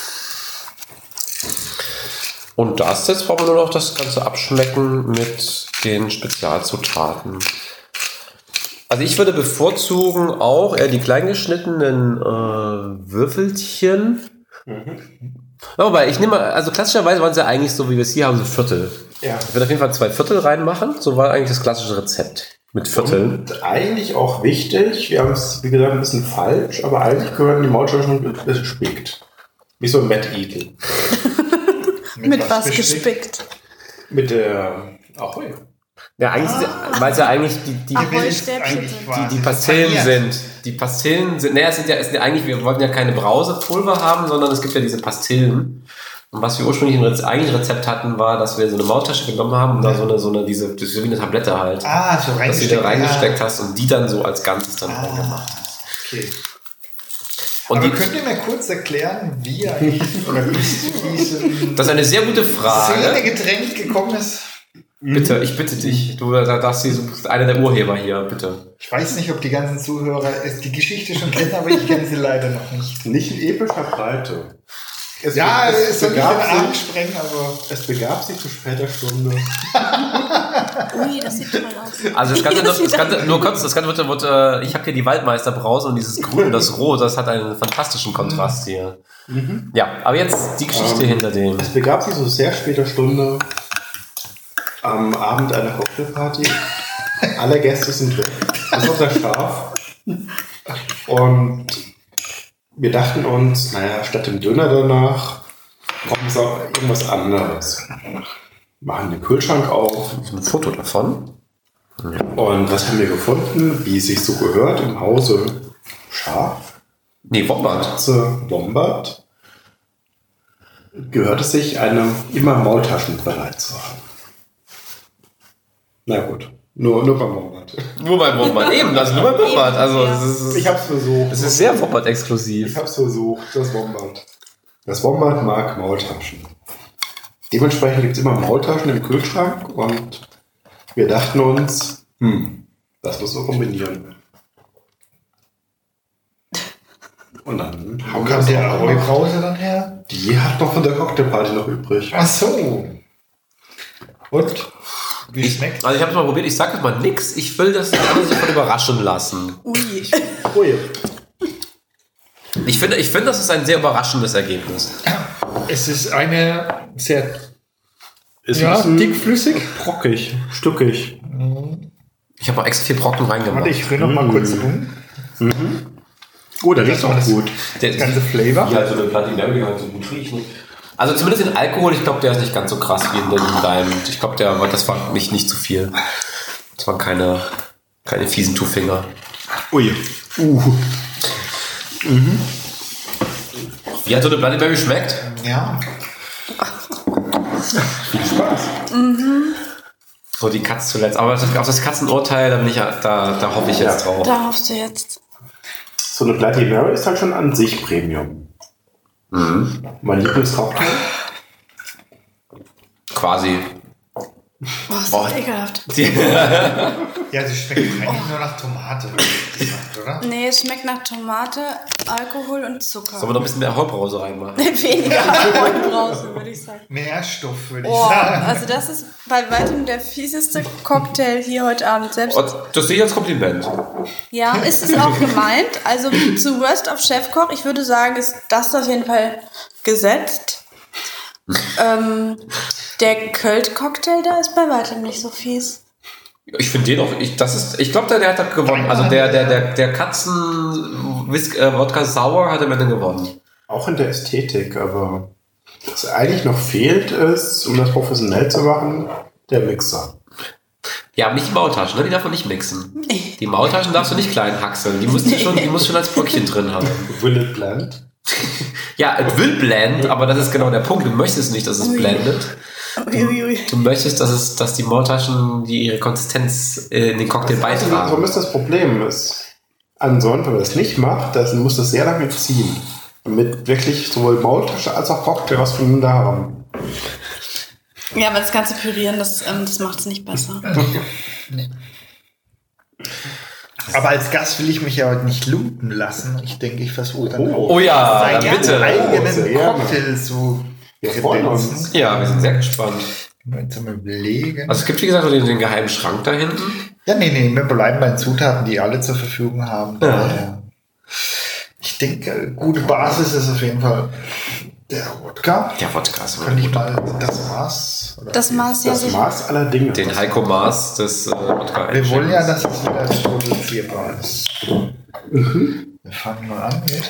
Und jetzt brauchen wir nur noch das Ganze abschmecken mit den Spezialzutaten. Also ich würde bevorzugen auch eher die kleingeschnittenen Würfelchen. Wobei, ich nehme mal, also klassischerweise waren es ja eigentlich so, wie wir es hier haben, so Viertel. Ja. Ich würde auf jeden Fall 2 Viertel reinmachen. So war eigentlich das klassische Rezept. Mit Vierteln. Und eigentlich auch wichtig, wir haben es, wie gesagt, ein bisschen falsch, aber eigentlich gehören die Maultaschen gespickt. Wie so ein Mettigel. Mit was gespickt? Mit der Ahoi. Ja, eigentlich, weil es ja eigentlich die Pastillen sind. Die Pastillen sind, es sind ja eigentlich, wir wollten ja keine Brausepulver haben, sondern es gibt ja diese Pastillen. Und was wir ursprünglich eigentlich Rezept hatten, war, dass wir so eine Maultasche genommen haben und da das ist wie eine Tablette halt. So reingesteckt. Dass du da reingesteckt hast und die dann so als Ganzes dann reingemacht hast. Okay. Und aber könnt ihr mir kurz erklären, wie eigentlich, oder wie das ist eine sehr gute Frage. Szene-Getränk gekommen ist? Bitte, ich bitte dich. Du darfst einer der Urheber hier, bitte. Ich weiß nicht, ob die ganzen Zuhörer die Geschichte schon kennen, aber ich kenne sie leider noch nicht. Nicht in epischer Breite. Es soll nicht den Arm sprengen, aber... Es begab sich zu später Stunde. Ui, das sieht toll aus. Also das Ganze wird ich habe hier die Waldmeisterbrause und dieses Grün und das Rot, das hat einen fantastischen Kontrast hier. Mhm. Ja, aber jetzt die Geschichte hinter dem. Es begab sich zu sehr später Stunde am Abend einer Cocktailparty. Alle Gäste sind weg. Das ist der Schaf. Und wir dachten uns, statt dem Döner danach brauchen wir auch irgendwas anderes. Machen den Kühlschrank auf. Ein Foto davon. Und was haben wir gefunden? Wie es sich so gehört im Hause Schaf. Wombat. Gehört es sich, immer Maultaschen bereit zu haben. Na gut. Nur beim Wombat. Nur beim Wombat, eben, also nur beim Wombat. Also, ich hab's versucht. Es ist sehr Wombat-exklusiv. Ich hab's versucht, das Wombat. Das Wombat mag Maultaschen. Dementsprechend gibt's immer Maultaschen im Kühlschrank und wir dachten uns, das muss so kombinieren. Und dann haben wir die Ahoi-Brause dann her? Die hat noch von der Cocktailparty noch übrig. Ach so. Und? Wie schmeckt? Also ich habe es mal probiert, ich sage jetzt mal nix. Ich will das alle sich von überraschen lassen. Ui. Ich finde, das ist ein sehr überraschendes Ergebnis. Es ist eine sehr dickflüssig, brockig, stückig. Ich habe auch extra viel Brocken reingemacht. Warte, ich rühre noch mal kurz um. Oh, der riecht auch gut. Der ganze Flavor. Ja, also der Bloody Mary halt so gut riechen. Also zumindest den Alkohol, ich glaube, der ist nicht ganz so krass wie in deinem. Ich glaube, das war nicht zu viel. Das waren keine fiesen Two-Finger. Ui. Wie hat so eine Bloody Mary schmeckt? Ja. Viel Spaß. So die Katz zuletzt. Aber auf das Katzenurteil, da hoffe ich jetzt drauf. Da hoffst du jetzt. So eine Bloody Mary ist halt schon an sich Premium. Mein Lieblingscocktail? Quasi. Oh, ist ekelhaft. Ja, sie schmeckt eigentlich nur nach Tomate, oder? Nee, es schmeckt nach Tomate, Alkohol und Zucker. Sollen wir noch ein bisschen mehr Ahoi-Brause reinmachen? Weniger Ahoi-Brause, würde ich sagen. Mehr Stoff, würde ich sagen. Also das ist bei weitem der fieseste Cocktail hier heute Abend selbst. Das sehe ich als Kompliment. Ja, ist es auch gemeint. Also zu Worst of Chefkoch, ich würde sagen, ist das auf jeden Fall gesetzt. Der Költ-Cocktail, da ist bei weitem nicht so fies. Ich finde den auch, ich glaube, der hat gewonnen. Also der Katzen-Wodka Sour hat am Ende gewonnen. Auch in der Ästhetik, aber was eigentlich noch fehlt ist, um das professionell zu machen, der Mixer. Ja, aber nicht die Maultaschen, ne? Die darf man nicht mixen. Die Maultaschen darfst du nicht klein hackseln. Die musst schon als Bröckchen drin haben. Will it blend? Ja, es will blend, aber das ist genau der Punkt. Du möchtest nicht, dass es blendet. Du möchtest, dass die Maultaschen ihre Konsistenz in den Cocktail beitragen. Warum ist das Problem? Ansonsten, wenn man das nicht macht, dann muss das sehr lange ziehen. Damit wirklich sowohl Maultasche als auch Cocktail was voneinander haben. Ja, aber das ganze Pürieren, das macht es nicht besser. Nee. Aber als Gast will ich mich ja heute nicht lumpen lassen. Ich denke, ich versuche dann auch seinen eigenen Cocktail zu kredenzen. Ja, wir sind sehr gespannt. Jetzt mal überlegen. Also es gibt, wie gesagt, den geheimen Schrank da hinten. Ja, nee, wir bleiben bei den Zutaten, die alle zur Verfügung haben. Ja. Ich denke, gute Basis ist auf jeden Fall Der Wodka. Der Wodka ist Kann ich mal das Maß? Oder Das Maß ja Das sicher. Maß aller Dinge. den Heiko Maß des Wodka. Wir wollen ja, dass es wieder produzierbar ist. Wir fangen mal an mit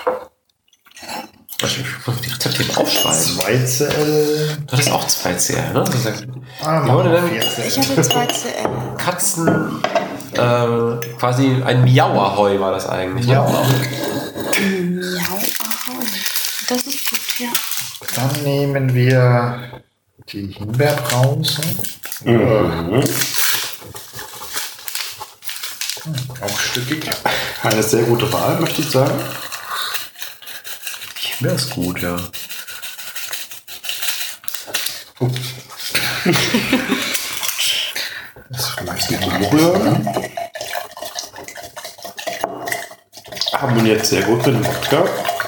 Ich muss die Rezepte eben aufschreiben. 2cl. Du hattest auch 2CL, ne? Machen wir dann 4cl. Ich hatte 2cl. Katzen, quasi ein Miauahoi war das eigentlich. Ja. Ne? Ja, ahoi. Das ist gut, ja. Dann nehmen wir die Himbeerbrause. Auch stückig. Eine sehr gute Wahl, möchte ich sagen. Himbeer ist gut, ja. Das vielleicht nicht umrühren. Harmoniert sehr gut mit dem Wodka.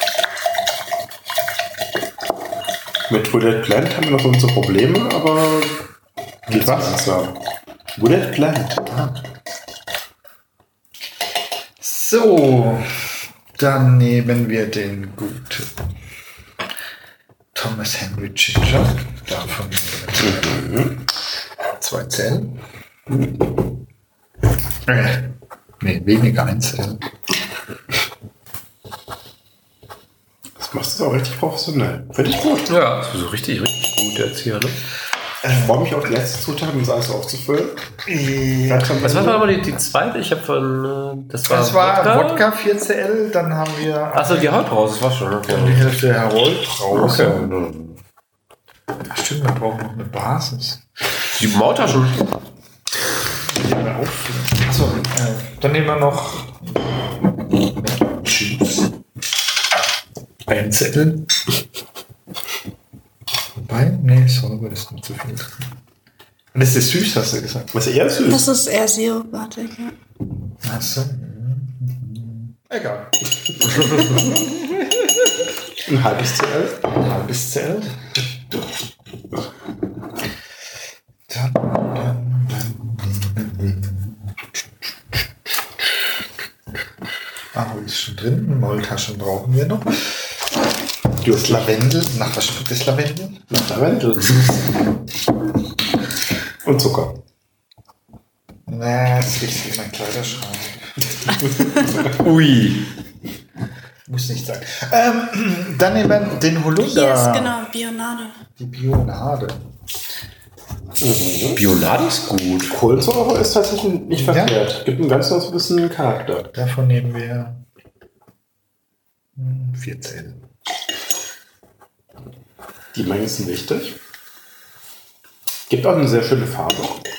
Mit Wooded Plant haben wir noch unsere Probleme, aber geht langsam. Wooded Plant. So, dann nehmen wir den guten Thomas Henry Ginger. Davon nehmen wir 2cl. Nee, weniger 1cl. Das machst du auch richtig professionell. Finde ich gut. Ja, das ist so richtig gut jetzt hier, ne? Ich freue mich auf die letzte Zutat, um das alles aufzufüllen. Was war nochmal die zweite? Ich habe von. Das war Wodka 4cl, dann haben wir Achso, die Hautbrause, das war schon. Okay. die Hälfte der Rollbrause. Okay. Ach stimmt, wir brauchen noch eine Basis. Die Maultaschen. Die wir auffüllen. Achso, dann nehmen wir noch Cheese. 1cl. Wobei, nee, Säure ist nicht zu viel. Und das ist süß, hast du gesagt. Was eher süß. Das ist eher sirupartig, ja. Achso. Egal. Ein halbes CL. Ein halbes Zelt. Ahoi ist schon drin. Maultaschen brauchen wir noch. Das Lavendel. Nach was schmeckt das Lavendel? Nach Lavendel. Und Zucker. Na, das riecht wie mein Kleiderschrank. Ui. Muss nicht sein. Dann nehmen wir den Holunder. Hier ist genau Bionade. Die Bionade. Bionade ist gut. Kohlensäure ist tatsächlich nicht Ja. verkehrt. Gibt einen ganz bisschen Charakter. Davon nehmen wir 4cl. Die Mengen sind wichtig. Gibt auch eine sehr schöne Farbe.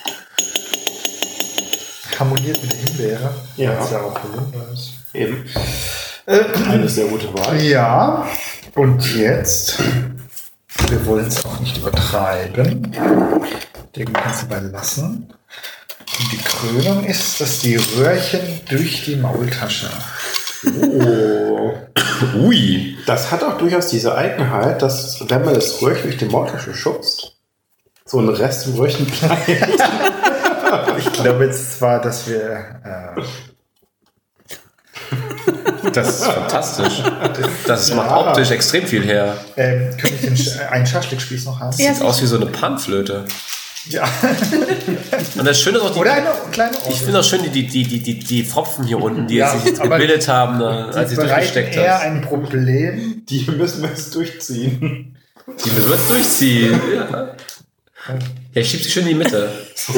Harmoniert mit der Himbeere. Ja. Weil es ja auch Holunder ist. Eben. Eine sehr gute Wahl. Ja, und jetzt, wir wollen es auch nicht übertreiben, den kannst du bei lassen. Und die Krönung ist, dass die Röhrchen durch die Maultasche. Oh. Ui. Das hat auch durchaus diese Eigenheit, dass, wenn man das Röhrchen durch die Maultasche schubst, so ein Rest im Röhrchen bleibt. Ich glaube jetzt zwar, dass wir... Das ist fantastisch. Das Ja. macht optisch extrem viel her. Könnte ich einen Schaschlikspieß noch haben? Ja. Sieht aus wie so eine Panflöte. Ja. Und das Schöne ist auch, Oder eine kleine ich finde auch schön die Pfropfen hier unten, die Ja, sich jetzt aber gebildet haben, ne, als Die ich bereiten durchgesteckt eher habe. ein Problem. Die müssen wir jetzt durchziehen. Die müssen wir jetzt durchziehen. Ja, ich schieb sie schön in die Mitte.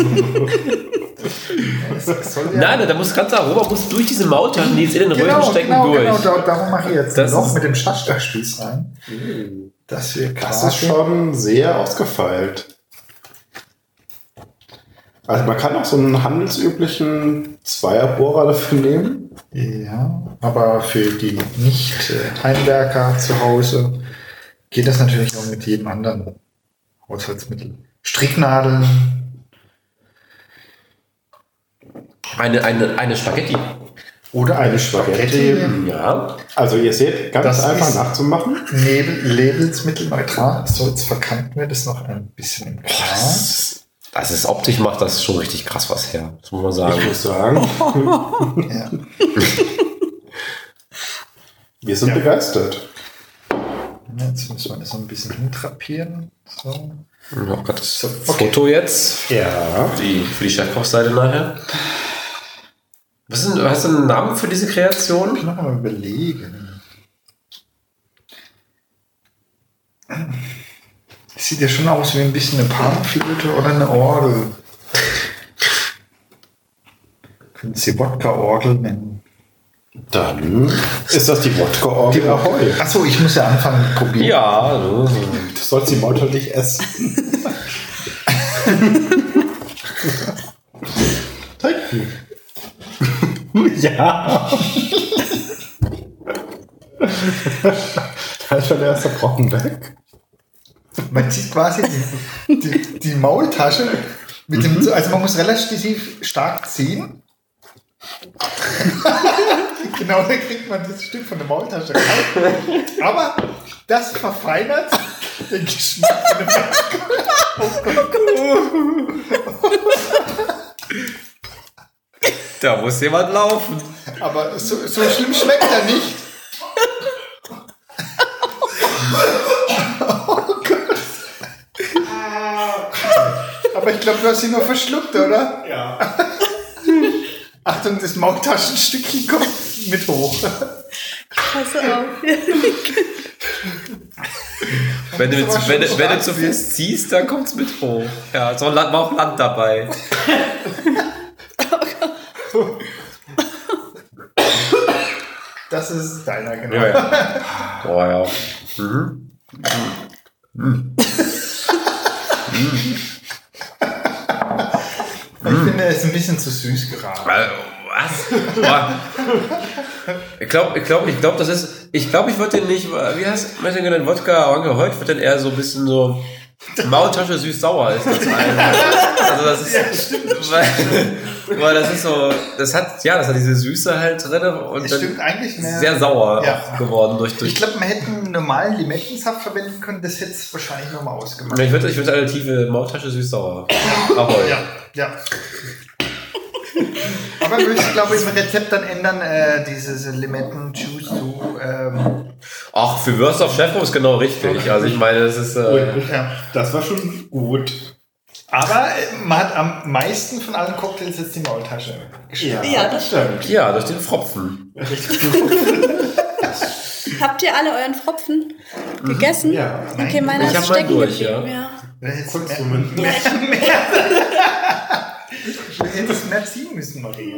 Nein, da muss ganz Aroma muss durch diese Maultaschen, die jetzt in den Röhren stecken, durch. Genau, darum mache ich jetzt Das noch ist- mit dem Schaschlikspieß rein. Dass wir Das ist schon sehr ausgefeilt. Also man kann auch so einen handelsüblichen Zweierbohrer dafür nehmen. Ja, aber für die Nicht-Heimwerker zu Hause geht das natürlich auch mit jedem anderen Haushaltsmittel. Stricknadeln. Eine Spaghetti. Oder eine Spaghetti. Ja. Also ihr seht, ganz Das einfach ist- nachzumachen. Lebensmittelneutral. So, jetzt verkanten wir das noch ein bisschen im Glas. Das ist optisch macht das schon richtig krass was her. Das muss man sagen. Ich muss sagen, Ja. wir sind Ja. begeistert. Jetzt müssen wir das so ein bisschen hintrapieren. So. Ich habe gerade das Foto jetzt. Ja. Für die Chefkochseite nachher. Hast du einen Namen für diese Kreation? Ich kann noch mal überlegen. Das sieht ja schon aus wie ein bisschen eine Panflöte oder eine Orgel. Können Sie Wodka-Orgel nennen? Dann ist das die Wodka-Orgel Ahoi. Achso, ich muss ja anfangen zu probieren. Ja, Du sollst die Maultasche nicht essen. Trinken. Ja. Da ist schon der erste Brocken weg. Man zieht quasi die Maultasche mit dem, also man muss relativ stark ziehen. Genau, dann kriegt man das Stück von der Maultasche raus. Aber das verfeinert den Geschmack von dem da muss jemand laufen. Aber so schlimm schmeckt er nicht. Oh Gott. Aber ich glaube, du hast ihn nur verschluckt, oder? Ja. Achtung, das Maultaschenstückchen kommt mit hoch. Pass auf. Wenn du zu viel ziehst, dann kommt's mit hoch. Ja, so war auch Land dabei. Das ist deiner, genau. Ja. Oh ja. Ich finde, er ist ein bisschen zu süß gerade. Was? Ich glaube, das ist. Ich würde den nicht. Wie heißt den genannt? Wodka Ahoi wird dann eher so ein bisschen so. Maultasche süß-sauer ist das eine. Also das ist. Ja, stimmt. Weil das ist so. Das hat diese Süße halt drin und das stimmt eigentlich mehr. Sehr sauer auch geworden durch. Ich glaube, man hätte einen normalen Limettensaft verwenden können, das hätte es wahrscheinlich nochmal ausgemacht. Ich würde eine tiefe Maultasche süß-sauer. Ahoi. Ja. Aber man müsste, glaube ich, im Rezept dann ändern, dieses Limetten-Juice zu. Ach, für Würste auf Chefkoch ist genau richtig. Also ich meine, das ist. Das war schon gut. Aber man hat am meisten von allen Cocktails jetzt die Maultasche geschlagen. Ja, das stimmt. Ja, durch den Pfropfen. Habt ihr alle euren Pfropfen gegessen? Ja. Okay, meiner Ich ist hab meinen stecken durch, geblieben. ja. Du hättest mehr ziehen müssen, Maria.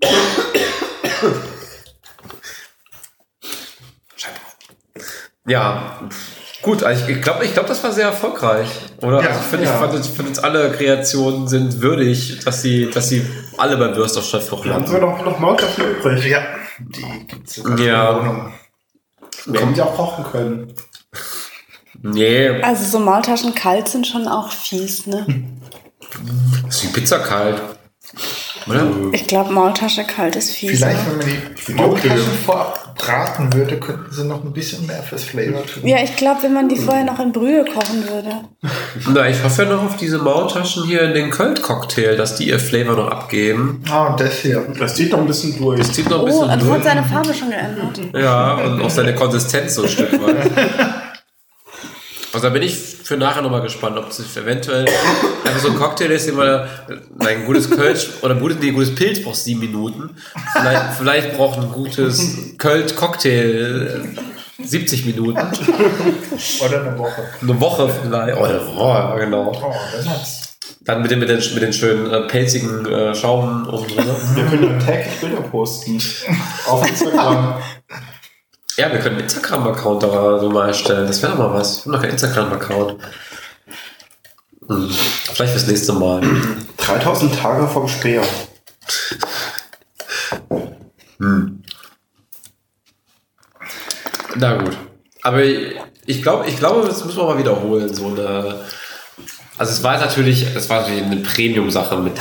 Ja, gut, also ich glaube, das war sehr erfolgreich, oder? Ja, also ich finde jetzt alle Kreationen sind würdig, dass sie alle beim Würst auf Chefkoch Haben landen. wir noch Maultaschen übrig? Ja, die gibt es sogar Ja. in der Wohnung. Wir hätten die auch kochen können. Nee, Also so Maultaschen kalt sind schon auch fies, ne? ist die Pizza kalt, oder? Ich glaube, Maultasche kalt ist fies. Vielleicht, ne? wenn man die Maultaschen vorab braten würde, könnten sie noch ein bisschen mehr fürs Flavor tun. Ja, ich glaube, wenn man die vorher noch in Brühe kochen würde. Na, ich hoffe ja noch auf diese Maultaschen hier in den Köln-Cocktail, dass die ihr Flavor noch abgeben. Ah, und das hier. Das zieht noch ein bisschen durch. Das zieht noch ein Oh, bisschen und durch. hat seine Farbe schon geändert. Ja, und auch seine Konsistenz so ein Stück weit. Also da bin ich für nachher nochmal gespannt, ob es eventuell einfach so ein Cocktail ist, den man ein gutes Kölsch oder ein gutes Pilz braucht 7 Minuten. Vielleicht braucht ein gutes Kölsch-Cocktail 70 Minuten. Oder eine Woche. Eine Woche vielleicht. Oder eine Woche, genau. Oh, das hat's. Dann mit den schönen pelzigen Schaum oben drin. Wir können täglich Bilder posten. Auf Instagram. Ja, wir können einen Instagram-Account da so mal erstellen. Das wäre doch mal was. Wir haben noch keinen Instagram-Account. Vielleicht fürs nächste Mal. 3000 Tage vom Speer. Na gut. Aber ich glaube, das müssen wir mal wiederholen. Also es war natürlich eine Premium-Sache mit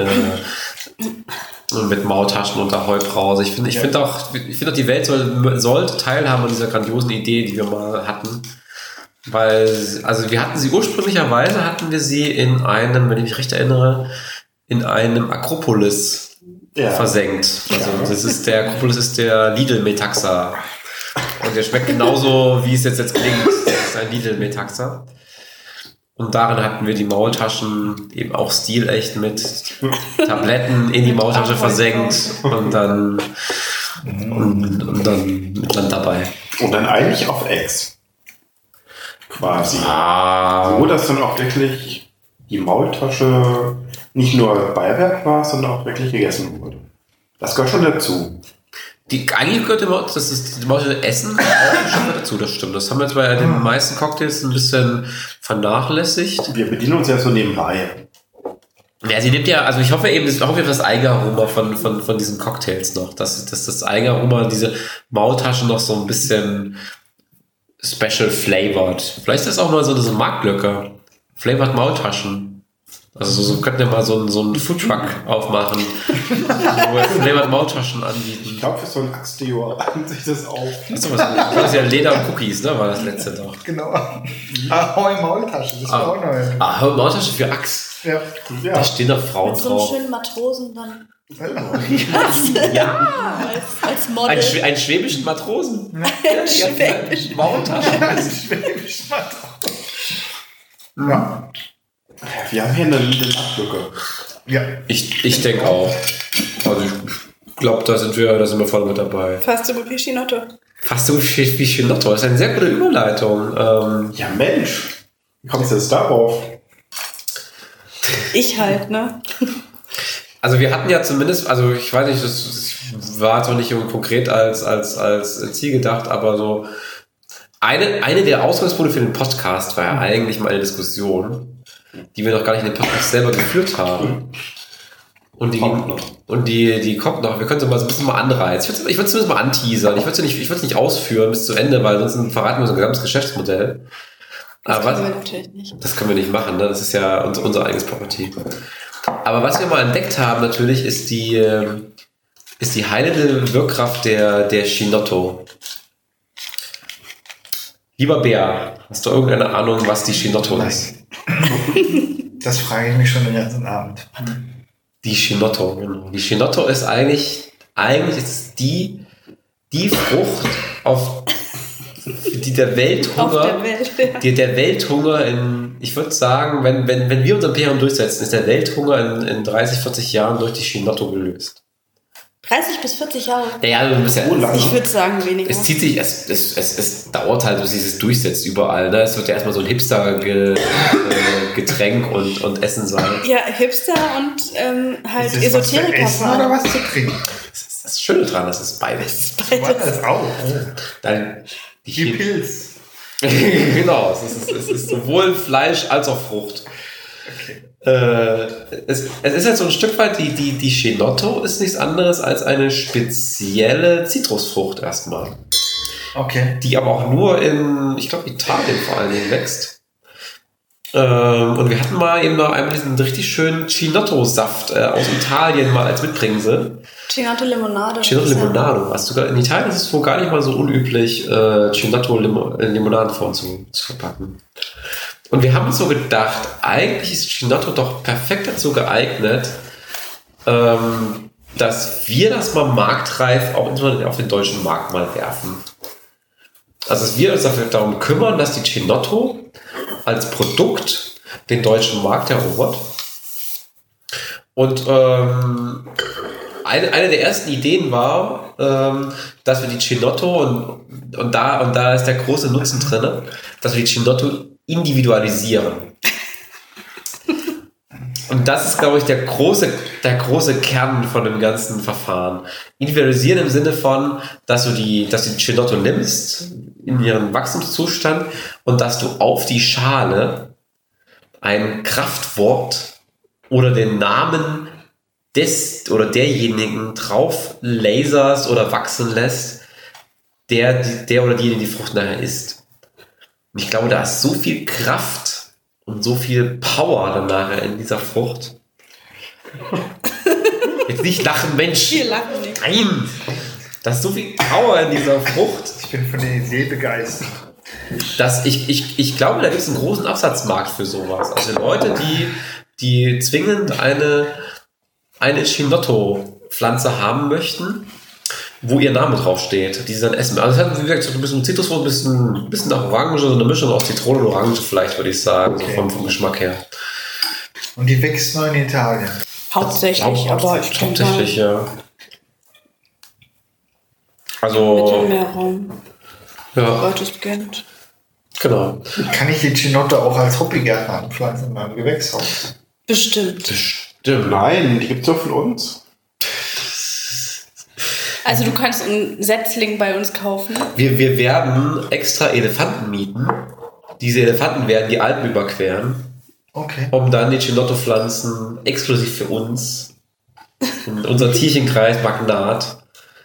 mit Maultaschen und der Heubrause. Ich finde auch, die Welt sollte teilhaben an dieser grandiosen Idee, die wir mal hatten. Weil, also ursprünglicherweise hatten wir sie in einem, wenn ich mich recht erinnere, in einem Akropolis versenkt. Also der Akropolis ist der Lidl Metaxa Und der schmeckt genauso, wie es jetzt klingt. Das ist ein Lidl Metaxa. Und darin hatten wir die Maultaschen eben auch stilecht mit Tabletten in die Maultasche versenkt und dann mit Land dabei. Und dann eigentlich auf Ex. Quasi. Ah. So, dass dann auch wirklich die Maultasche nicht nur Beiwerk war, sondern auch wirklich gegessen wurde. Das gehört schon dazu. Eigentlich gehört immer, das ist die Maultasche Essen auch schon dazu, das stimmt. Das haben wir jetzt bei den meisten Cocktails ein bisschen vernachlässigt. Wir bedienen uns ja so nebenbei. Ja, sie nimmt ja, also ich hoffe eben das Eigenaroma von diesen Cocktails noch, dass das Eigenaroma, diese Maultasche noch so ein bisschen special flavored. Vielleicht ist das auch mal so eine Marktlücke. Flavored Maultaschen. Also so könnten wir mal so einen Foodtruck aufmachen, wo wir Flavored Maultaschen anbieten. Ich glaube, für so ein Axtdeo an sich das auf. Achso, was ja Leder und Cookies, ne? War das letzte doch. Genau. Ahoi Maultasche, das war auch neu. Ahoi Maultasche für Axt. Ja. Da stehen doch Frauen Mit so einem drauf. schönen Matrosen dann. Ja. Als Model. Einen schwäbischen Matrosen. Schwäbisch. Maultasche. Schwäbisch Matrosen. Ja. Wir haben hier eine Marktlücke. Ja. Ich denke auch. Also ich glaube, da sind wir voll mit dabei. Fast so gut wie Chinotto. Fast so wie Chinotto. Das ist eine sehr gute Überleitung. Ja, Mensch. Wie kommst du jetzt darauf? Ich halt, ne? Also wir hatten ja zumindest, also ich weiß nicht, das war zwar nicht konkret als Ziel gedacht, aber so eine der Ausgangspunkte für den Podcast war ja eigentlich mal eine Diskussion, die wir noch gar nicht in den Podcast selber geführt haben. Und die kommt noch. Wir können sie mal so ein bisschen mal anreizen. Ich würde zumindest mal anteasern. Ich würde es nicht ausführen bis zu Ende, weil sonst verraten wir so ein gesamtes Geschäftsmodell. Das können wir natürlich nicht. Das können wir nicht machen, ne? Das ist ja unser eigenes Property. Aber was wir mal entdeckt haben natürlich, ist die heilende Wirkkraft der Chinotto. Lieber Bär, hast du irgendeine Ahnung, was die Chinotto ist? Das frage ich mich schon den ganzen Abend. Die Chinotto, genau. Die Chinotto ist eigentlich ist es die Frucht, auf die der Welthunger, der Welthunger ich würde sagen, wenn wir unser Imperium durchsetzen, ist der Welthunger in 30, 40 Jahren durch die Chinotto gelöst. 30 bis 40 Jahre? Ja, du bist ja... Ich würde sagen weniger. Es zieht sich, es dauert halt, bis es durchsetzt überall. Ne? Es wird ja erstmal so ein Hipster-Getränk und Essen sein. Ja, Hipster und halt ist das Esoteriker. was zu essen oder was zu trinken? Das ist das Schöne dran, das ist beides. Das auch. Dann Die Pilz. Genau, es ist sowohl Fleisch als auch Frucht. Okay. Es ist jetzt so ein Stück weit, die Chinotto ist nichts anderes als eine spezielle Zitrusfrucht erstmal. Okay. Die aber auch nur in, ich glaube, Italien vor allen Dingen wächst. Und wir hatten mal eben noch einmal diesen richtig schönen Chinotto-Saft aus Italien mal als Mitbringsel. Chinotto Limonade. Chinotto Limonado. Also sogar in Italien ist es wohl gar nicht mal so unüblich, Chinotto Limonadenform zu verpacken. Und wir haben uns so gedacht, eigentlich ist Chinotto doch perfekt dazu geeignet, dass wir das mal marktreif auch insbesondere auf den deutschen Markt mal werfen. Also dass wir uns dafür darum kümmern, dass die Chinotto als Produkt den deutschen Markt erobert. Und eine der ersten Ideen war, dass wir die Chinotto und da ist der große Nutzen drin, dass wir die Chinotto individualisieren. Und das ist, glaube ich, der große Kern von dem ganzen Verfahren. Individualisieren im Sinne von, dass du die Chinotto nimmst in ihren Wachstumszustand und dass du auf die Schale ein Kraftwort oder den Namen des oder derjenigen drauf laserst oder wachsen lässt, der oder die Frucht nachher isst. Und ich glaube, da ist so viel Kraft und so viel Power dann nachher in dieser Frucht. Jetzt nicht lachen, Mensch. Wir lachen nicht. Nein! Da ist so viel Power in dieser Frucht. Ich bin von der Idee begeistert. Dass ich glaube, da gibt es einen großen Absatzmarkt für sowas. Also Leute, die zwingend eine Chinotto-Pflanze haben möchten, wo ihr Name draufsteht, die sie dann essen. Also es hat, wie gesagt, so ein bisschen Zitrusfrucht, ein bisschen nach Orange, so eine Mischung aus Zitrone und Orange vielleicht, würde ich sagen, Okay. so vom Geschmack her. Und die wächst nur in Italien. Hauptsächlich, aber ich denke mal Hauptsächlich, ja. Also, Mittelmeerraum, ja, weitestgehend. genau. Kann ich die Chinotto auch als Hobbygärtner anpflanzen in meinem Gewächshaus? Bestimmt. Stimmt. Nein, die gibt's nur von uns. Also du kannst einen Setzling bei uns kaufen. Wir werden extra Elefanten mieten. Diese Elefanten werden die Alpen überqueren, Okay. um dann die Chinotto-Pflanzen exklusiv für uns, in unser Tierchenkreis Magnat,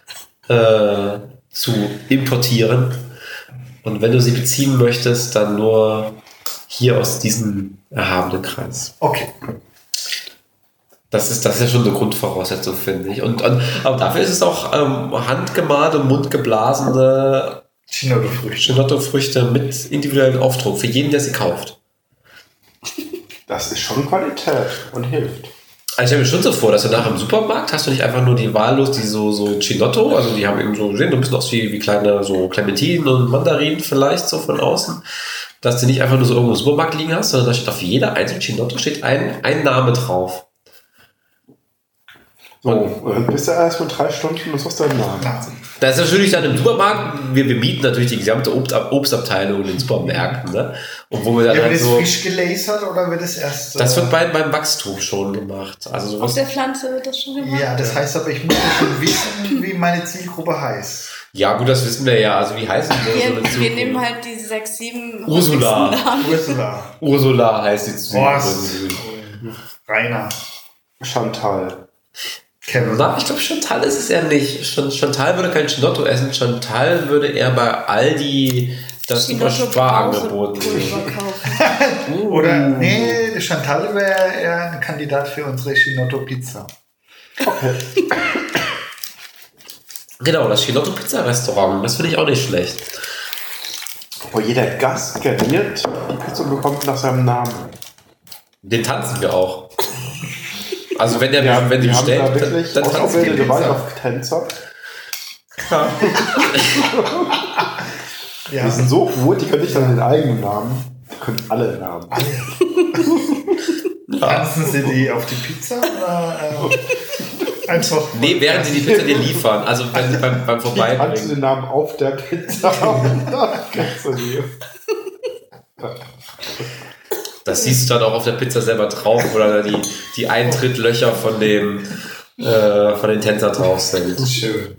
zu importieren. Und wenn du sie beziehen möchtest, dann nur hier aus diesem erhabenen Kreis. Okay. Das ist ja schon eine Grundvoraussetzung, finde ich. Aber dafür ist es auch handgemalte, mundgeblasene Chinotto-Früchte. Chinotto-Früchte mit individuellem Aufdruck für jeden, der sie kauft. Das ist schon Qualität und hilft. Also ich stelle mir schon so vor, dass du nachher im Supermarkt hast du nicht einfach nur die wahllos die so Chinotto, also die haben eben so gesehen, so ein bisschen aus wie kleine so Clementinen und Mandarinen vielleicht so von außen, dass du nicht einfach nur so irgendwo im Supermarkt liegen hast, sondern da steht auf jeder einzelnen Chinotto steht ein Name drauf. So, und dann bist du erst mal 3 Stunden und suchst deinen Namen. Das ist natürlich dann im Supermarkt, wir mieten natürlich die gesamte Obstabteilung in den Supermärkten, ne? Und wo wir dann Ja, halt wird es so, frisch gelasert oder wird es erst... das wird beim Wachstum schon gemacht. Also Aus sowas, der Pflanze wird das schon gemacht. Ja, das heißt aber, ich muss ja schon wissen, wie meine Zielgruppe heißt. ja gut, das wissen wir ja. Also wie heißt denn so eine Wir Zielgruppe? nehmen halt die 6, 7 Ursula. Namen. Ursula. Ursula heißt die Zielgruppe. Horst. Rainer. Chantal. Kevin. Na, ich glaube, Chantal ist es eher nicht. Chantal würde kein Chinotto essen. Chantal würde eher bei Aldi das Sparangeboten Pulver kaufen. Oder, nee, Chantal wäre eher ein Kandidat für unsere Chinotto-Pizza. Okay. Genau, das Chinotto-Pizza-Restaurant. Das finde ich auch nicht schlecht. Wo jeder Gast garniert die Pizza bekommt nach seinem Namen. Den tanzen wir auch. Also wenn die Wir haben bestellt, da wirklich dann tanzen wir. ausgebildete Waldorf-Tänzer. Ja. Die sind so gut, die können nicht dann den eigenen Namen, die können alle Namen. Tanzen Sie die auf die Pizza oder einfach... Nee, während sie die Pizza dir liefern. Also wenn sie beim Kannst du Vorbeibringen. den Namen auf der Pizza haben? Kannst du die. Das siehst du dann auch auf der Pizza selber drauf, wo dann die Eintrittlöcher von den Tänzern drauf sind. Schön.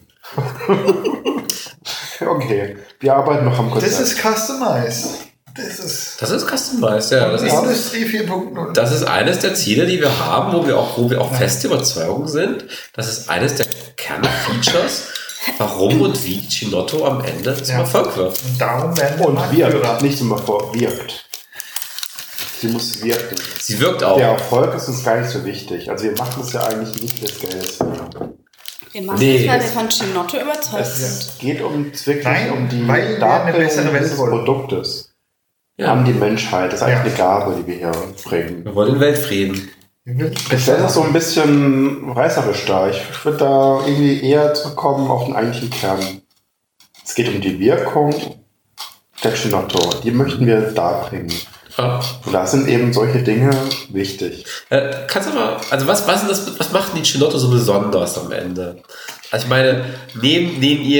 Okay, wir arbeiten noch am Konzept. Das ist customized. Das ist customized, ja. Das ist, Industrie 4.0. das ist eines der Ziele, die wir haben, wo wir auch feste Überzeugung sind. Das ist eines der Kernfeatures, warum und wie Chinotto am Ende zum Erfolg wird. Und darum werden wir Und Marktführer. wirkt, nicht immer wirkt. Sie muss wirken. Sie wirkt auch. Der Erfolg ist uns gar nicht so wichtig. Also wir machen es ja eigentlich nicht des Geldes. Wir machen Nee. das, weil wir von Chinotto überzeugt sind. Es geht wirklich Nein, um die weil wir eine bessere Darbringung Welt dieses wollen. Produktes. Ja. An die Menschheit. Das ist eigentlich Ja. eine Gabe, die wir hier bringen. Wir wollen den Weltfrieden. Ich stelle das so ein bisschen reißerisch dar. Ich würde da irgendwie eher zurückkommen auf den eigentlichen Kern. Es geht um die Wirkung der Chinotto. Die möchten wir darbringen. Ja. Und da sind eben solche Dinge wichtig. Kannst du mal, also was macht die Chinotto so besonders am Ende? Also ich meine, neben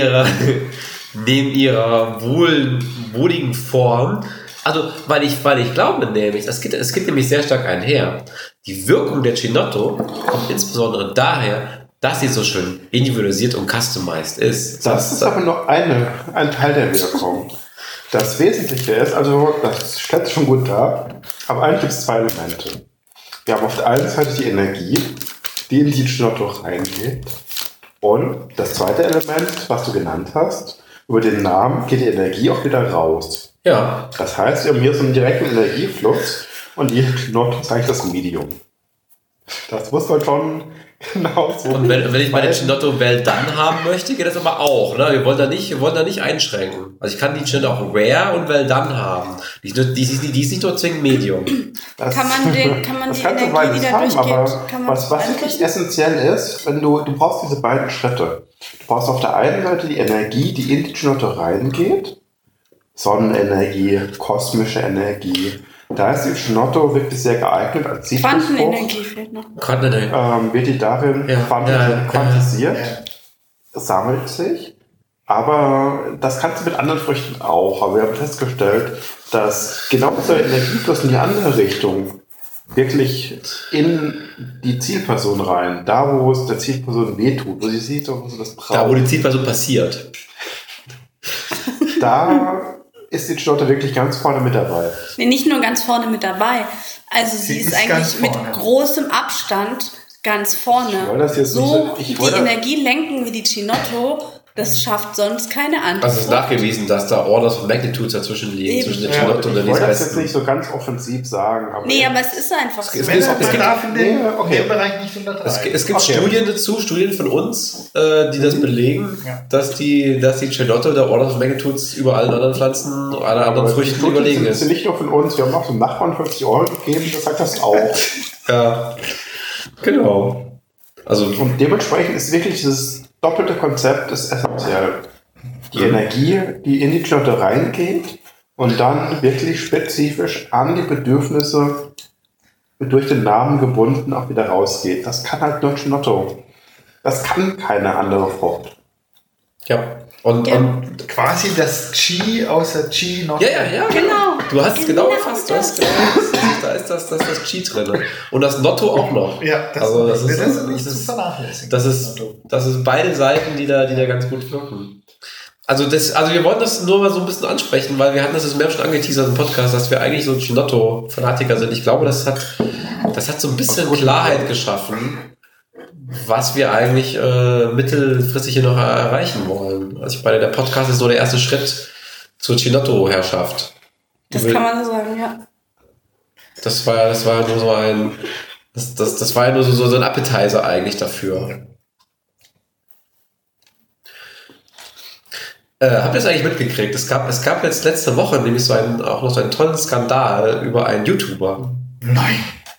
ihrer wohligen Form, also weil ich glaube nämlich, es geht nämlich sehr stark einher. Die Wirkung der Chinotto kommt insbesondere daher, dass sie so schön individualisiert und customized ist. Das ist aber nur ein Teil der Wirkung. Das Wesentliche ist, also das stellt schon gut dar, aber eigentlich gibt es 2 Elemente. Wir haben auf der einen Seite die Energie, die in die Chinotto reingeht. Und das zweite Element, was du genannt hast, über den Namen geht die Energie auch wieder raus. Ja. Das heißt, wir haben hier so einen direkten Energiefluss und die Chinotto ist eigentlich das Medium. Das muss man schon genau so. Und wenn ich meine Chinotto well done haben möchte, geht das aber auch. Ne? Wir wollen da nicht einschränken. Also ich kann die Chinotto auch rare und well done haben. Die ist nicht nur zwingend Medium. Das, Kann man die kannst du Energie, beides die da haben, durchgeht, aber kann man was wirklich beeinflussen? essentiell ist, wenn du brauchst diese beiden Schritte. Du brauchst auf der einen Seite die Energie, die in die Chinotto reingeht. Sonnenenergie, kosmische Energie. Da ist die Chinotto wirklich sehr geeignet als Zitrusfrucht. Quantenenergie fehlt noch. Wird die darin quantisiert, sammelt sich. Aber das kannst du mit anderen Früchten auch. Aber wir haben festgestellt, dass genau so Energiefluss in die andere Richtung wirklich in die Zielperson rein, da wo es der Zielperson wehtut, wo sie sieht, wo sie das braucht. Da wo die Zielperson passiert. Da ist die Chinotto wirklich ganz vorne mit dabei. Nee, nicht nur ganz vorne mit dabei. Also sie ist eigentlich mit großem Abstand ganz vorne. Die Energie lenken wie die Chinotto, das schafft sonst keine andere. Also es ist nachgewiesen, dass da Orders of Magnitudes dazwischen liegen, zwischen der Chinotto und der Ich wollte das jetzt nicht so ganz offensiv sagen. Aber aber es ist einfach so. Man darf in dem Bereich nicht untertreiben. Es gibt Studien dazu, Studien von uns, die das belegen, dass die Chinotto der Orders of Magnitudes über allen anderen Pflanzen, alle anderen Früchten überlegen ist. Das ist nicht nur von uns, wir haben auch dem Nachbarn 50 € gegeben, das sagt das auch. Ja, genau. Also, und dementsprechend ist wirklich dieses doppelte Konzept ist essentiell. Die Energie, die in die Chinotto reingeht und dann wirklich spezifisch an die Bedürfnisse durch den Namen gebunden auch wieder rausgeht. Das kann halt nur Chinotto. Das kann keine andere Frucht. Ja. Und quasi das Qi aus der Chinotto. Ja. Genau. Du hast es genau erfasst. Da ist das Qi drin. Und das Notto auch noch. Ja, das ist nicht zu vernachlässigen. Das ist beide Seiten, die da ganz gut wirken. Also wir wollten das nur mal so ein bisschen ansprechen, weil wir hatten das mehr schon angeteasert im Podcast, dass wir eigentlich so Chinotto-Fanatiker sind. Ich glaube, das hat so ein bisschen Klarheit geschaffen, was wir eigentlich mittelfristig hier noch erreichen wollen. Also ich meine, der Podcast ist so der erste Schritt zur Chinotto-Herrschaft. Das kann man so sagen, ja. Das war nur so ein Appetizer eigentlich dafür. Habt ihr es eigentlich mitgekriegt? Es gab jetzt letzte Woche nämlich auch noch so einen tollen Skandal über einen YouTuber. Nein.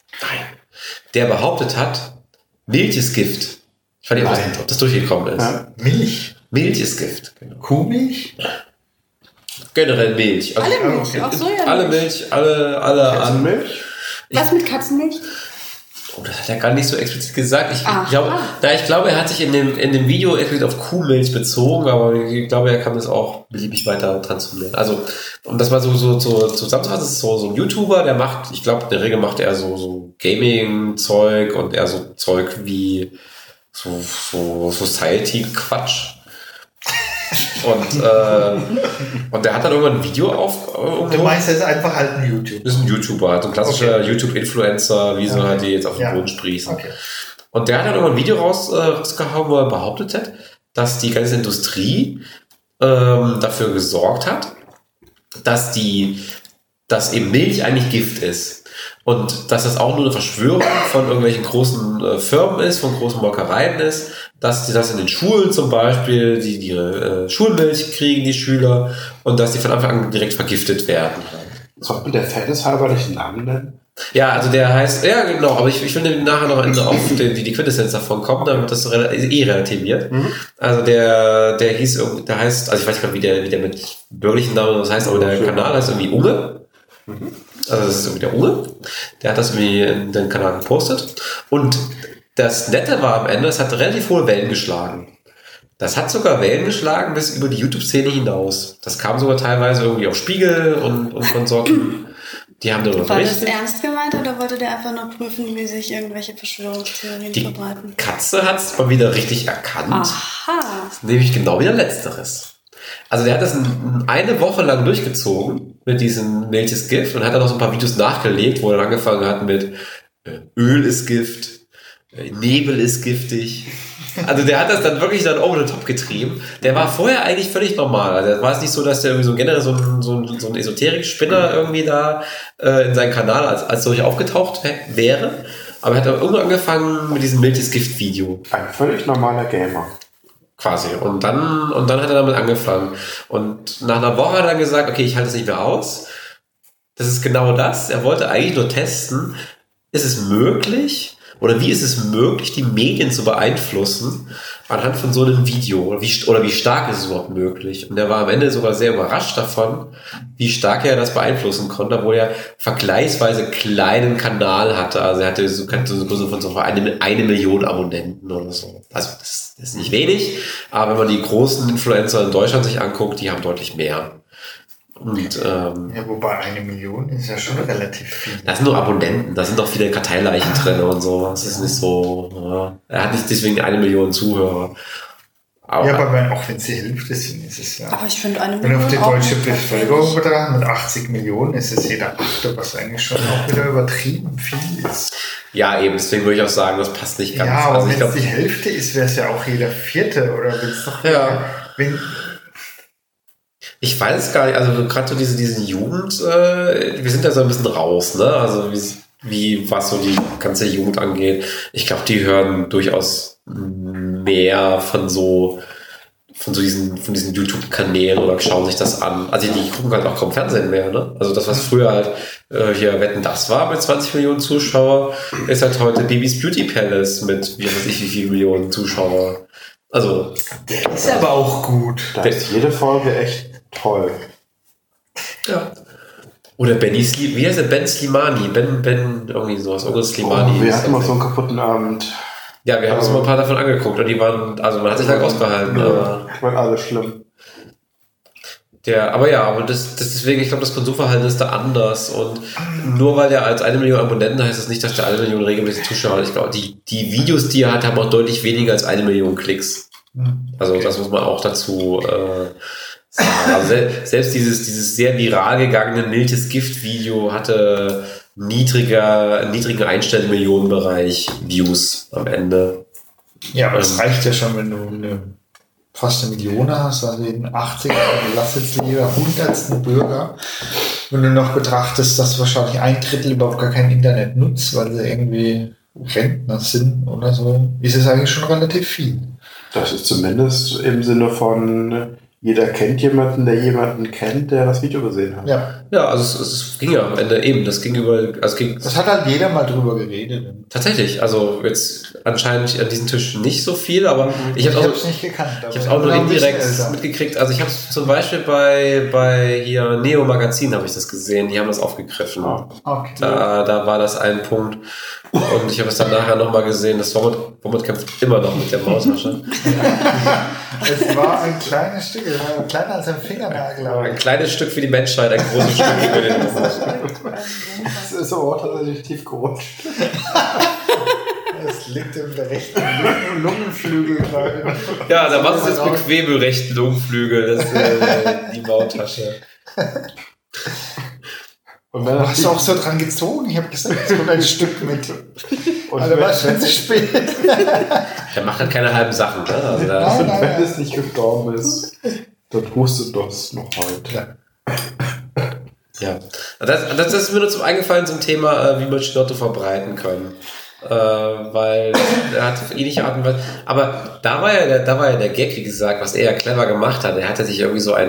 Der behauptet hat, Milch ist Gift. Ich weiß nicht, ob das durchgekommen ist. Ja. Milch ist Gift. Genau. Kuhmilch? Generell Milch. Also alle Milch, auch Sojamilch. Alle Milch, alle Katzenmilch? Was mit Katzenmilch? Oh, das hat er gar nicht so explizit gesagt. Ich glaube, er hat sich in dem Video explizit auf Kuhmilch bezogen, aber ich glaube, er kann das auch beliebig weiter transformieren. Also, um das mal so zusammenzufassen, das ist so ein YouTuber, der macht, ich glaube, in der Regel macht er so Gaming-Zeug und eher so Zeug wie so Society-Quatsch. Und der hat dann irgendwann ein Video Du meinst, er ist einfach halt ein YouTuber? Das ist ein YouTuber, halt ein klassischer YouTube-Influencer, wie so halt die jetzt auf den Boden sprießen. Okay. Und der hat dann irgendwann ein Video rausgehauen, wo er behauptet hat, dass die ganze Industrie dafür gesorgt hat, dass eben Milch eigentlich Gift ist. Und dass das auch nur eine Verschwörung von irgendwelchen großen Firmen ist, von großen Molkereien ist, dass die das in den Schulen zum Beispiel, die ihre Schulmilch kriegen, die Schüler, und dass die von Anfang an direkt vergiftet werden. Sollte der Fairness halber nicht einen Namen nennen? Ja, also der heißt, ja genau, aber ich will nachher noch auf die Quintessenz davon kommen, damit das relativiert. Mhm. Also der heißt, also ich weiß nicht mehr, wie der mit bürgerlichen Namen das heißt, aber der Kanal heißt irgendwie Unge. Mhm. Also das ist irgendwie der Unge. Der hat das irgendwie in den Kanal gepostet. Und das Nette war am Ende, es hat relativ hohe Wellen geschlagen. Das hat sogar Wellen geschlagen bis über die YouTube-Szene hinaus. Das kam sogar teilweise irgendwie auf Spiegel und Konsorten. Die haben darüber berichtet. War das ernst gemeint oder wollte der einfach nur prüfen, wie sich irgendwelche Verschwörungstheorien verbreiten? Die Katze hat es mal wieder richtig erkannt. Aha. Nämlich genau wieder Letzteres. Also der hat das eine Woche lang durchgezogen mit diesem Milch ist Gift und hat dann noch so ein paar Videos nachgelegt, wo er dann angefangen hat mit Öl ist Gift, Nebel ist giftig. Also der hat das dann wirklich over the top getrieben. Der war vorher eigentlich völlig normal. Also war es nicht so, dass der irgendwie so generell so ein Esoterik-Spinner irgendwie da in seinem Kanal als solch aufgetaucht wäre. Aber er hat dann irgendwann angefangen mit diesem Milch ist Gift-Video. Ein völlig normaler Gamer. Quasi. Und dann hat er damit angefangen. Und nach einer Woche hat er dann gesagt, okay, ich halte es nicht mehr aus. Das ist genau das. Er wollte eigentlich nur testen, ist es möglich, oder wie ist es möglich, die Medien zu beeinflussen anhand von so einem Video? Oder wie stark ist es überhaupt möglich? Und er war am Ende sogar sehr überrascht davon, wie stark er das beeinflussen konnte, obwohl er vergleichsweise kleinen Kanal hatte. Also er hatte so eine Größe von so eine Million Abonnenten oder so. Also das ist nicht wenig, aber wenn man die großen Influencer in Deutschland sich anguckt, die haben deutlich mehr. Und, wobei 1 Million ist ja schon relativ viel. Das sind nur Abonnenten, da sind auch viele Karteileichen drin und so. Das ist nicht so. Ja. Er hat nicht deswegen 1 Million Zuhörer. Aber auch wenn es die Hälfte sind, ist es ja. Aber ich finde 1 Wenn Million. auf die deutsche Bevölkerung betrachten, mit 80 Millionen ist es jeder Achte, was eigentlich schon auch wieder übertrieben viel ist. Ja, eben, deswegen würde ich auch sagen, das passt nicht ganz. Ja, aber also wenn es die Hälfte ist, wäre es ja auch jeder Vierte oder wenn es noch. Ja. Wenn, ich weiß gar nicht, also gerade so diesen Jugend, wir sind da so ein bisschen raus, ne? Also was so die ganze Jugend angeht. Ich glaube, die hören durchaus mehr von diesen YouTube-Kanälen oder schauen sich das an. Also die gucken halt auch kaum Fernsehen mehr, ne? Also das, was früher halt hier Wetten, das war mit 20 Millionen Zuschauer, ist halt heute Bibis Beauty Palace mit wie viele Millionen Zuschauer. Also der ist aber auch gut. Da ist jede Folge echt toll. Ja. Oder Ben Slimani. Ben, irgendwie sowas. Irgendwas Slimani. Wir hatten mal so einen kaputten Abend. Ja, wir haben uns mal ein paar davon angeguckt und die waren, also man hat sich da rausgehalten. Die waren alle schlimm. Aber deswegen, ich glaube, das Konsumverhalten ist da anders und nur weil der als 1 Million Abonnenten heißt es nicht, dass der 1 Million regelmäßig Zuschauer hat. Ich glaube, die Videos, die er hat, haben auch deutlich weniger als 1 Million Klicks. Also das muss man auch dazu sagen. Also selbst dieses sehr viral gegangene Milches Gift-Video hatte niedrigen Einstellmillionenbereich Views am Ende. Ja, aber das reicht ja schon, wenn du fast 1 Million hast, also in 80, lass jetzt jeder 100. Bürger, wenn du noch betrachtest, dass wahrscheinlich 1/3 überhaupt gar kein Internet nutzt, weil sie irgendwie Rentner sind oder so, ist es eigentlich schon relativ viel. Das ist zumindest im Sinne von jeder kennt jemanden, der jemanden kennt, der das Video gesehen hat. Ja, also es ging ja am Ende eben, das hat halt jeder mal drüber geredet. Tatsächlich, also jetzt anscheinend an diesem Tisch nicht so viel, aber ich habe es nicht gekannt. Ich habe es auch nur indirekt mitgekriegt. Also ich habe es zum Beispiel bei hier Neo Magazin habe ich das gesehen, die haben das aufgegriffen. Okay. Da war das ein Punkt. Und ich habe es dann nachher nochmal gesehen, das Womit kämpft immer noch mit der Maustasche. Es war ein kleines Stück, es war kleiner als ein Fingernagel. Ein kleines Stück für die Menschheit, ein großes Stück für den Das ist aber auch tatsächlich tief gerutscht. Es liegt im rechten Lungenflügel gerade. Ja, da war es jetzt bequem im rechten Lungenflügel, das ist die Maultasche. Und dann hast du auch so dran gezogen? Ich habe gesagt, es kommt ein Stück mit. Und also war es schon zu spät. Der macht halt keine halben Sachen. Ne? Also wenn es nicht gestorben ist, dann hustet das noch heute. Ja. Das ist mir nur zum eingefallen zum Thema, wie man Schnörte verbreiten können. Weil er hat auf ähnliche Art und Weise. Aber da war ja der Gag, wie gesagt, was er ja clever gemacht hat. Er hatte sich irgendwie so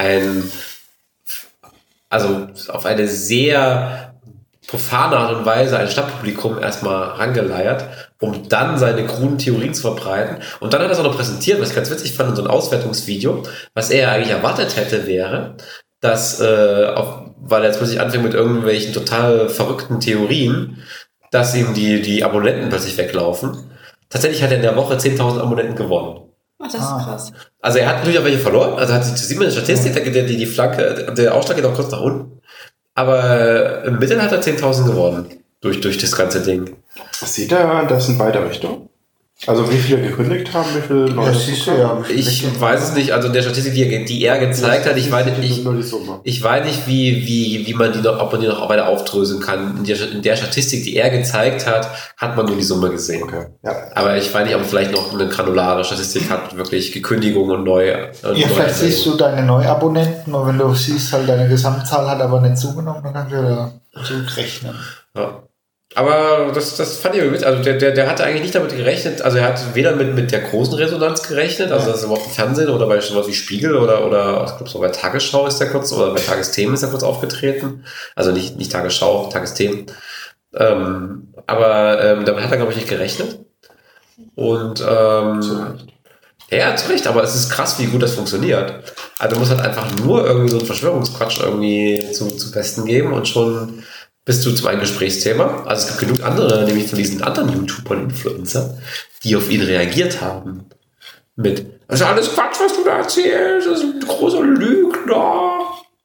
also auf eine sehr profane Art und Weise ein Stadtpublikum erstmal rangeleiert, um dann seine kruden Theorien zu verbreiten. Und dann hat er es auch noch präsentiert, was ich ganz witzig fand, in so einem Auswertungsvideo. Was er eigentlich erwartet hätte, wäre, dass, weil er jetzt plötzlich anfängt mit irgendwelchen total verrückten Theorien, dass ihm die Abonnenten plötzlich weglaufen. Tatsächlich hat er in der Woche 10.000 Abonnenten gewonnen. Ach, das ist krass. Also er hat natürlich auch welche verloren. Also sieht man in der Statistik, da geht die Flanke, der Ausschlag geht auch kurz nach unten. Aber im Mittel hat er 10.000 gewonnen. Durch das ganze Ding. Sieht er das in beide Richtungen? Also wie viele gekündigt haben, wie viele Leute? Ich weiß es nicht. Also in der Statistik, die er gezeigt hat, ich weiß nicht, wie man die noch, ob man die noch weiter aufdröseln kann. In der Statistik, die er gezeigt hat, hat man nur die Summe gesehen. Okay. Ja. Aber ich weiß nicht, ob man vielleicht noch eine granulare Statistik hat, wirklich Gekündigungen und neue. Vielleicht siehst du deine Neuabonnenten und wenn du siehst, halt deine Gesamtzahl hat aber nicht zugenommen, dann kannst du da zurückrechnen. Ja. Aber das fand ich mit. Also der hatte eigentlich nicht damit gerechnet. Also er hat weder mit der großen Resonanz gerechnet, also dass er überhaupt im Fernsehen oder bei sowas wie Spiegel oder ich glaube so bei Tagesschau ist er kurz oder bei Tagesthemen ist er kurz aufgetreten. Also nicht Tagesschau, Tagesthemen. Aber damit hat er, glaube ich, nicht gerechnet. Und ja, zu Recht, aber es ist krass, wie gut das funktioniert. Also du musst halt einfach nur irgendwie so einen Verschwörungsquatsch irgendwie zu Besten geben und schon bist du zum einen Gesprächsthema. Also es gibt genug andere, nämlich von diesen anderen YouTubern und Influencer, die auf ihn reagiert haben. Mit, das ist alles Quatsch, was du da erzählst, das ist ein großer Lügner.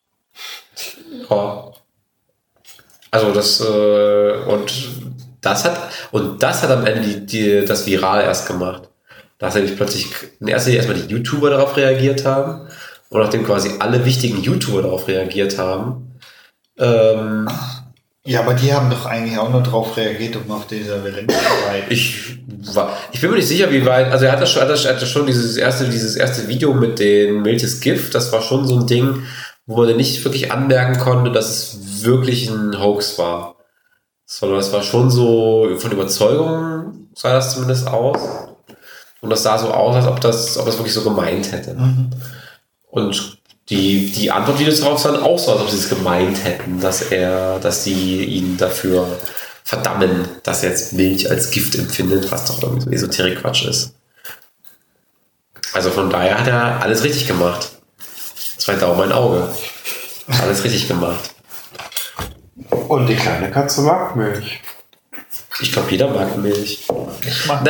Ja. Also das, das hat am Ende das viral erst gemacht. Da hat nämlich plötzlich in erster Linie erstmal die YouTuber darauf reagiert haben und nachdem quasi alle wichtigen YouTuber darauf reagiert haben. Ja, aber die haben doch eigentlich auch nur darauf reagiert, um auf dieser Welle mitzureiten. Ich bin mir nicht sicher, wie weit. Also er hatte schon dieses erste Video mit den Milches Gift. Das war schon so ein Ding, wo man nicht wirklich anmerken konnte, dass es wirklich ein Hoax war. Sondern es war schon so von Überzeugung, sah das zumindest aus. Und das sah so aus, als ob das wirklich so gemeint hätte. Mhm. Und die Antwortvideos darauf sahen auch so, als ob sie es gemeint hätten, dass sie ihn dafür verdammen, dass er jetzt Milch als Gift empfindet, was doch irgendwie so Esoterik-Quatsch ist. Also von daher hat er alles richtig gemacht. 2 Daumen ein Auge. Alles richtig gemacht. Und die kleine Katze mag Milch. Ich glaube, jeder mag Milch. Am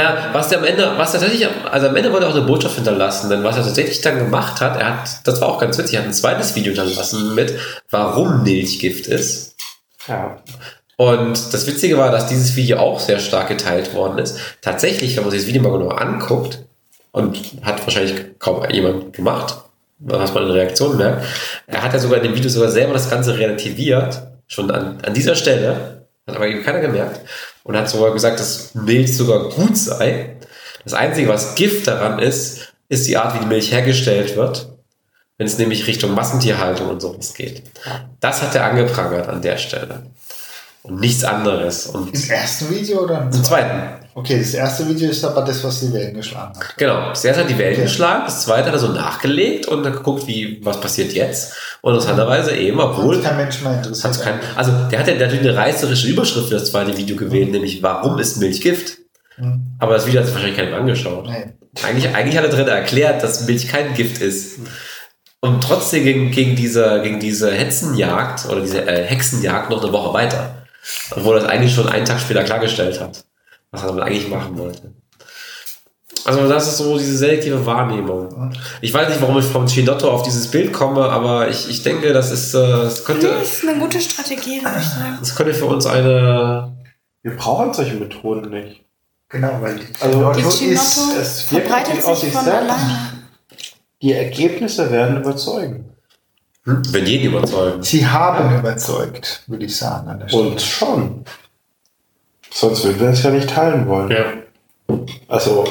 Ende wollte er auch eine Botschaft hinterlassen, denn was er tatsächlich dann gemacht hat, das war auch ganz witzig, er hat ein zweites Video hinterlassen mit, warum Milch Gift ist. Ja. Und das Witzige war, dass dieses Video auch sehr stark geteilt worden ist. Tatsächlich, wenn man sich das Video mal genau anguckt, und hat wahrscheinlich kaum jemand gemacht, was man in der Reaktion merkt, er hat ja sogar in dem Video sogar selber das Ganze relativiert, schon an dieser Stelle, hat aber eben keiner gemerkt, und hat sogar gesagt, dass Milch sogar gut sei. Das Einzige, was Gift daran ist die Art, wie die Milch hergestellt wird, wenn es nämlich Richtung Massentierhaltung und sowas geht. Das hat er angeprangert an der Stelle. Und nichts anderes. Und im ersten Video oder im zweiten? Okay, das erste Video ist aber das, was die Wellen geschlagen hat. Genau, das erste hat die Wellen geschlagen, das zweite hat er so nachgelegt und dann geguckt, was passiert jetzt. Und interessanterweise eben, obwohl... Hat kein Mensch mehr interessiert. Also der hat ja natürlich eine reißerische Überschrift für das zweite Video gewählt, nämlich warum ist Milch Gift? Aber das Video hat sich wahrscheinlich keinem angeschaut. Nee. Eigentlich hat er drin erklärt, dass Milch kein Gift ist. Und trotzdem gegen diese Hetzenjagd oder diese Hexenjagd noch eine Woche weiter. Obwohl er das eigentlich schon einen Tag später klargestellt hat, was er damit eigentlich machen wollte. Also das ist so diese selektive Wahrnehmung. Ich weiß nicht, warum ich vom Chinotto auf dieses Bild komme, aber ich denke, das ist könnte... Das ist eine gute Strategie, würde ich sagen. Das könnte für uns eine... Wir brauchen solche Methoden nicht. Genau, weil das Chinotto verbreitet sich von alleine. Die Ergebnisse werden überzeugen. Wenn jeden überzeugen. Sie haben überzeugt, würde ich sagen. An der Stelle. Und schon. Sonst würden wir es ja nicht teilen wollen. Ja. Also,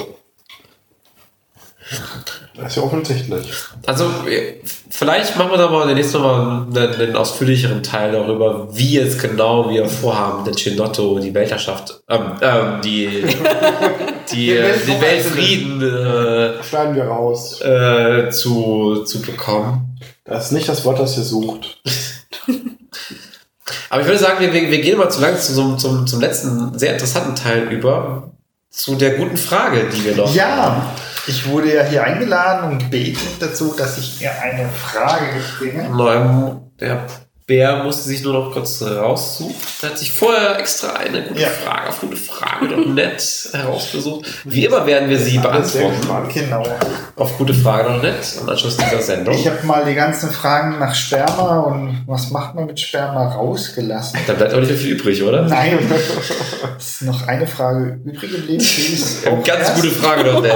das ist ja offensichtlich. Also, vielleicht machen wir da mal nächstes Mal einen ausführlicheren Teil darüber, wie jetzt genau wir vorhaben, den Chinotto, die Weltherrschaft, den Weltfrieden schneiden wir raus. Zu bekommen. Das ist nicht das Wort, das ihr sucht. Aber ich würde sagen, wir gehen mal zu langsam zum letzten sehr interessanten Teil über, zu der guten Frage, die wir noch haben. Ich wurde ja hier eingeladen und gebeten dazu, dass ich mir eine Frage bringe. Der Bär musste sich nur noch kurz raussuchen. Er hat sich vorher extra eine gute Frage auf gutefrage.net herausgesucht. Wie immer werden wir sie beantworten. Genau. Auf gutefrage.net am Anschluss dieser Sendung. Ich habe mal die ganzen Fragen nach Sperma und was macht man mit Sperma rausgelassen. Da bleibt aber nicht viel übrig, oder? Nein. Es ist noch eine Frage übrig geblieben. Ganz gute Frage.net.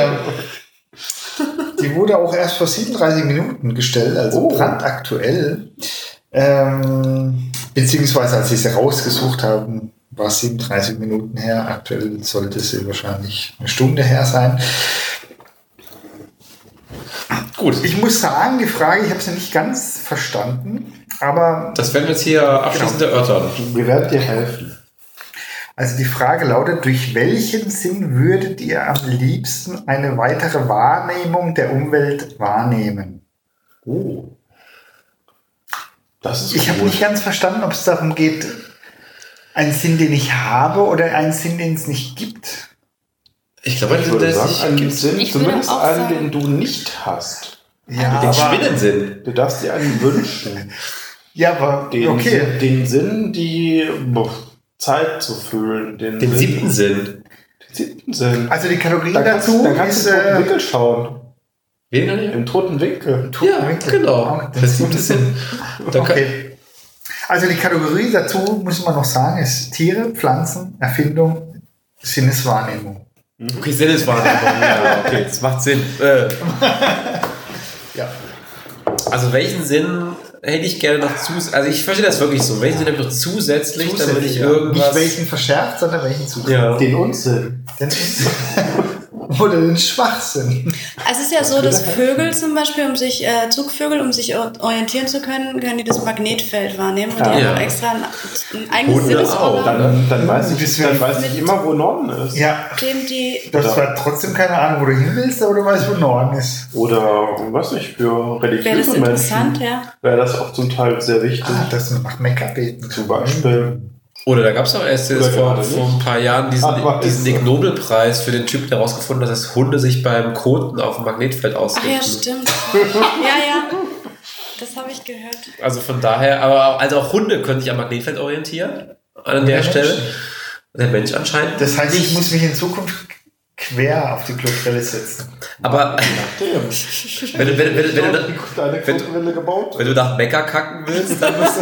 Die wurde auch erst vor 37 Minuten gestellt, also brandaktuell. Beziehungsweise als sie sie rausgesucht haben, war es 37 Minuten her. Aktuell sollte sie wahrscheinlich eine Stunde her sein. Gut. Ich muss sagen, die Frage, ich habe sie nicht ganz verstanden, aber... Das werden wir jetzt hier abschließend erörtern. Wir werden dir helfen. Also die Frage lautet, durch welchen Sinn würdet ihr am liebsten eine weitere Wahrnehmung der Umwelt wahrnehmen? Das ist ich habe nicht ganz verstanden, ob es darum geht, Ein Sinn, den ich habe oder ein Sinn, den es nicht gibt? Ich glaube, Ich würde sagen, einen Sinn, Ich würde zumindest auch einen, sagen- den du nicht hast. Ja, den aber, Spinnensinn. Du darfst dir einen wünschen. ja, aber Den, okay. den Sinn, die Zeit zu fühlen. Den 7. Sinn. Den 7. Sinn. Also die Kategorie Dann dazu kannst ist du im toten Winkel schauen. Wen? Im toten Winkel. Ja, Winkel. genau. Oh, Das 7. Sinn. Da kann- Okay. Also die Kategorie dazu, muss man noch sagen, ist Tiere, Pflanzen, Erfindung, Sinneswahrnehmung. Okay, Sinneswahrnehmung. Ja, okay, das macht Sinn. Ja. Also welchen Sinn hätte ich gerne noch also ich verstehe das wirklich so. Welchen Sinn habe ich noch zusätzlich, damit ich ja. irgendwas... Nicht welchen verschärft, sondern welchen zusätzlich. Ja. Den Unsinn. Oder den Schwachsinn. Also es ist ja so, dass Vögel zum Beispiel, Zugvögel, um sich orientieren zu können, können die das Magnetfeld wahrnehmen und die Ja. haben auch extra ein eigenes Hunde Sinnesorgan, Dann weiß ich Deswegen- immer, wo Norden ist. Ja. dem die... Du hast zwar trotzdem keine Ahnung, wo du hin willst, aber du weißt, wo Norden ist. Oder, was nicht, für Wäre das religiöse interessant, Menschen ja? wäre das auch zum Teil sehr wichtig. Dass du nach Mekka beten. Zum Beispiel. Oder da gab es auch erst jetzt Oder vor gerade nicht. ein paar Jahren Aber diesen ist Nick so. Nobel-Preis für den Typen, der herausgefunden hat, dass Hunde sich beim Koten auf dem Magnetfeld Ach ausrichten. ja, stimmt. Ja. Das habe ich gehört. Also von daher, aber also auch Hunde können sich am Magnetfeld orientieren an der Mensch Stelle. nicht. Der Mensch anscheinend. Das heißt, ich nicht. muss mich in Zukunft quer auf die Klobrille setzen. Aber wenn du Deine Klobrille gebaut. wenn du nach Mekka kacken willst, dann musst du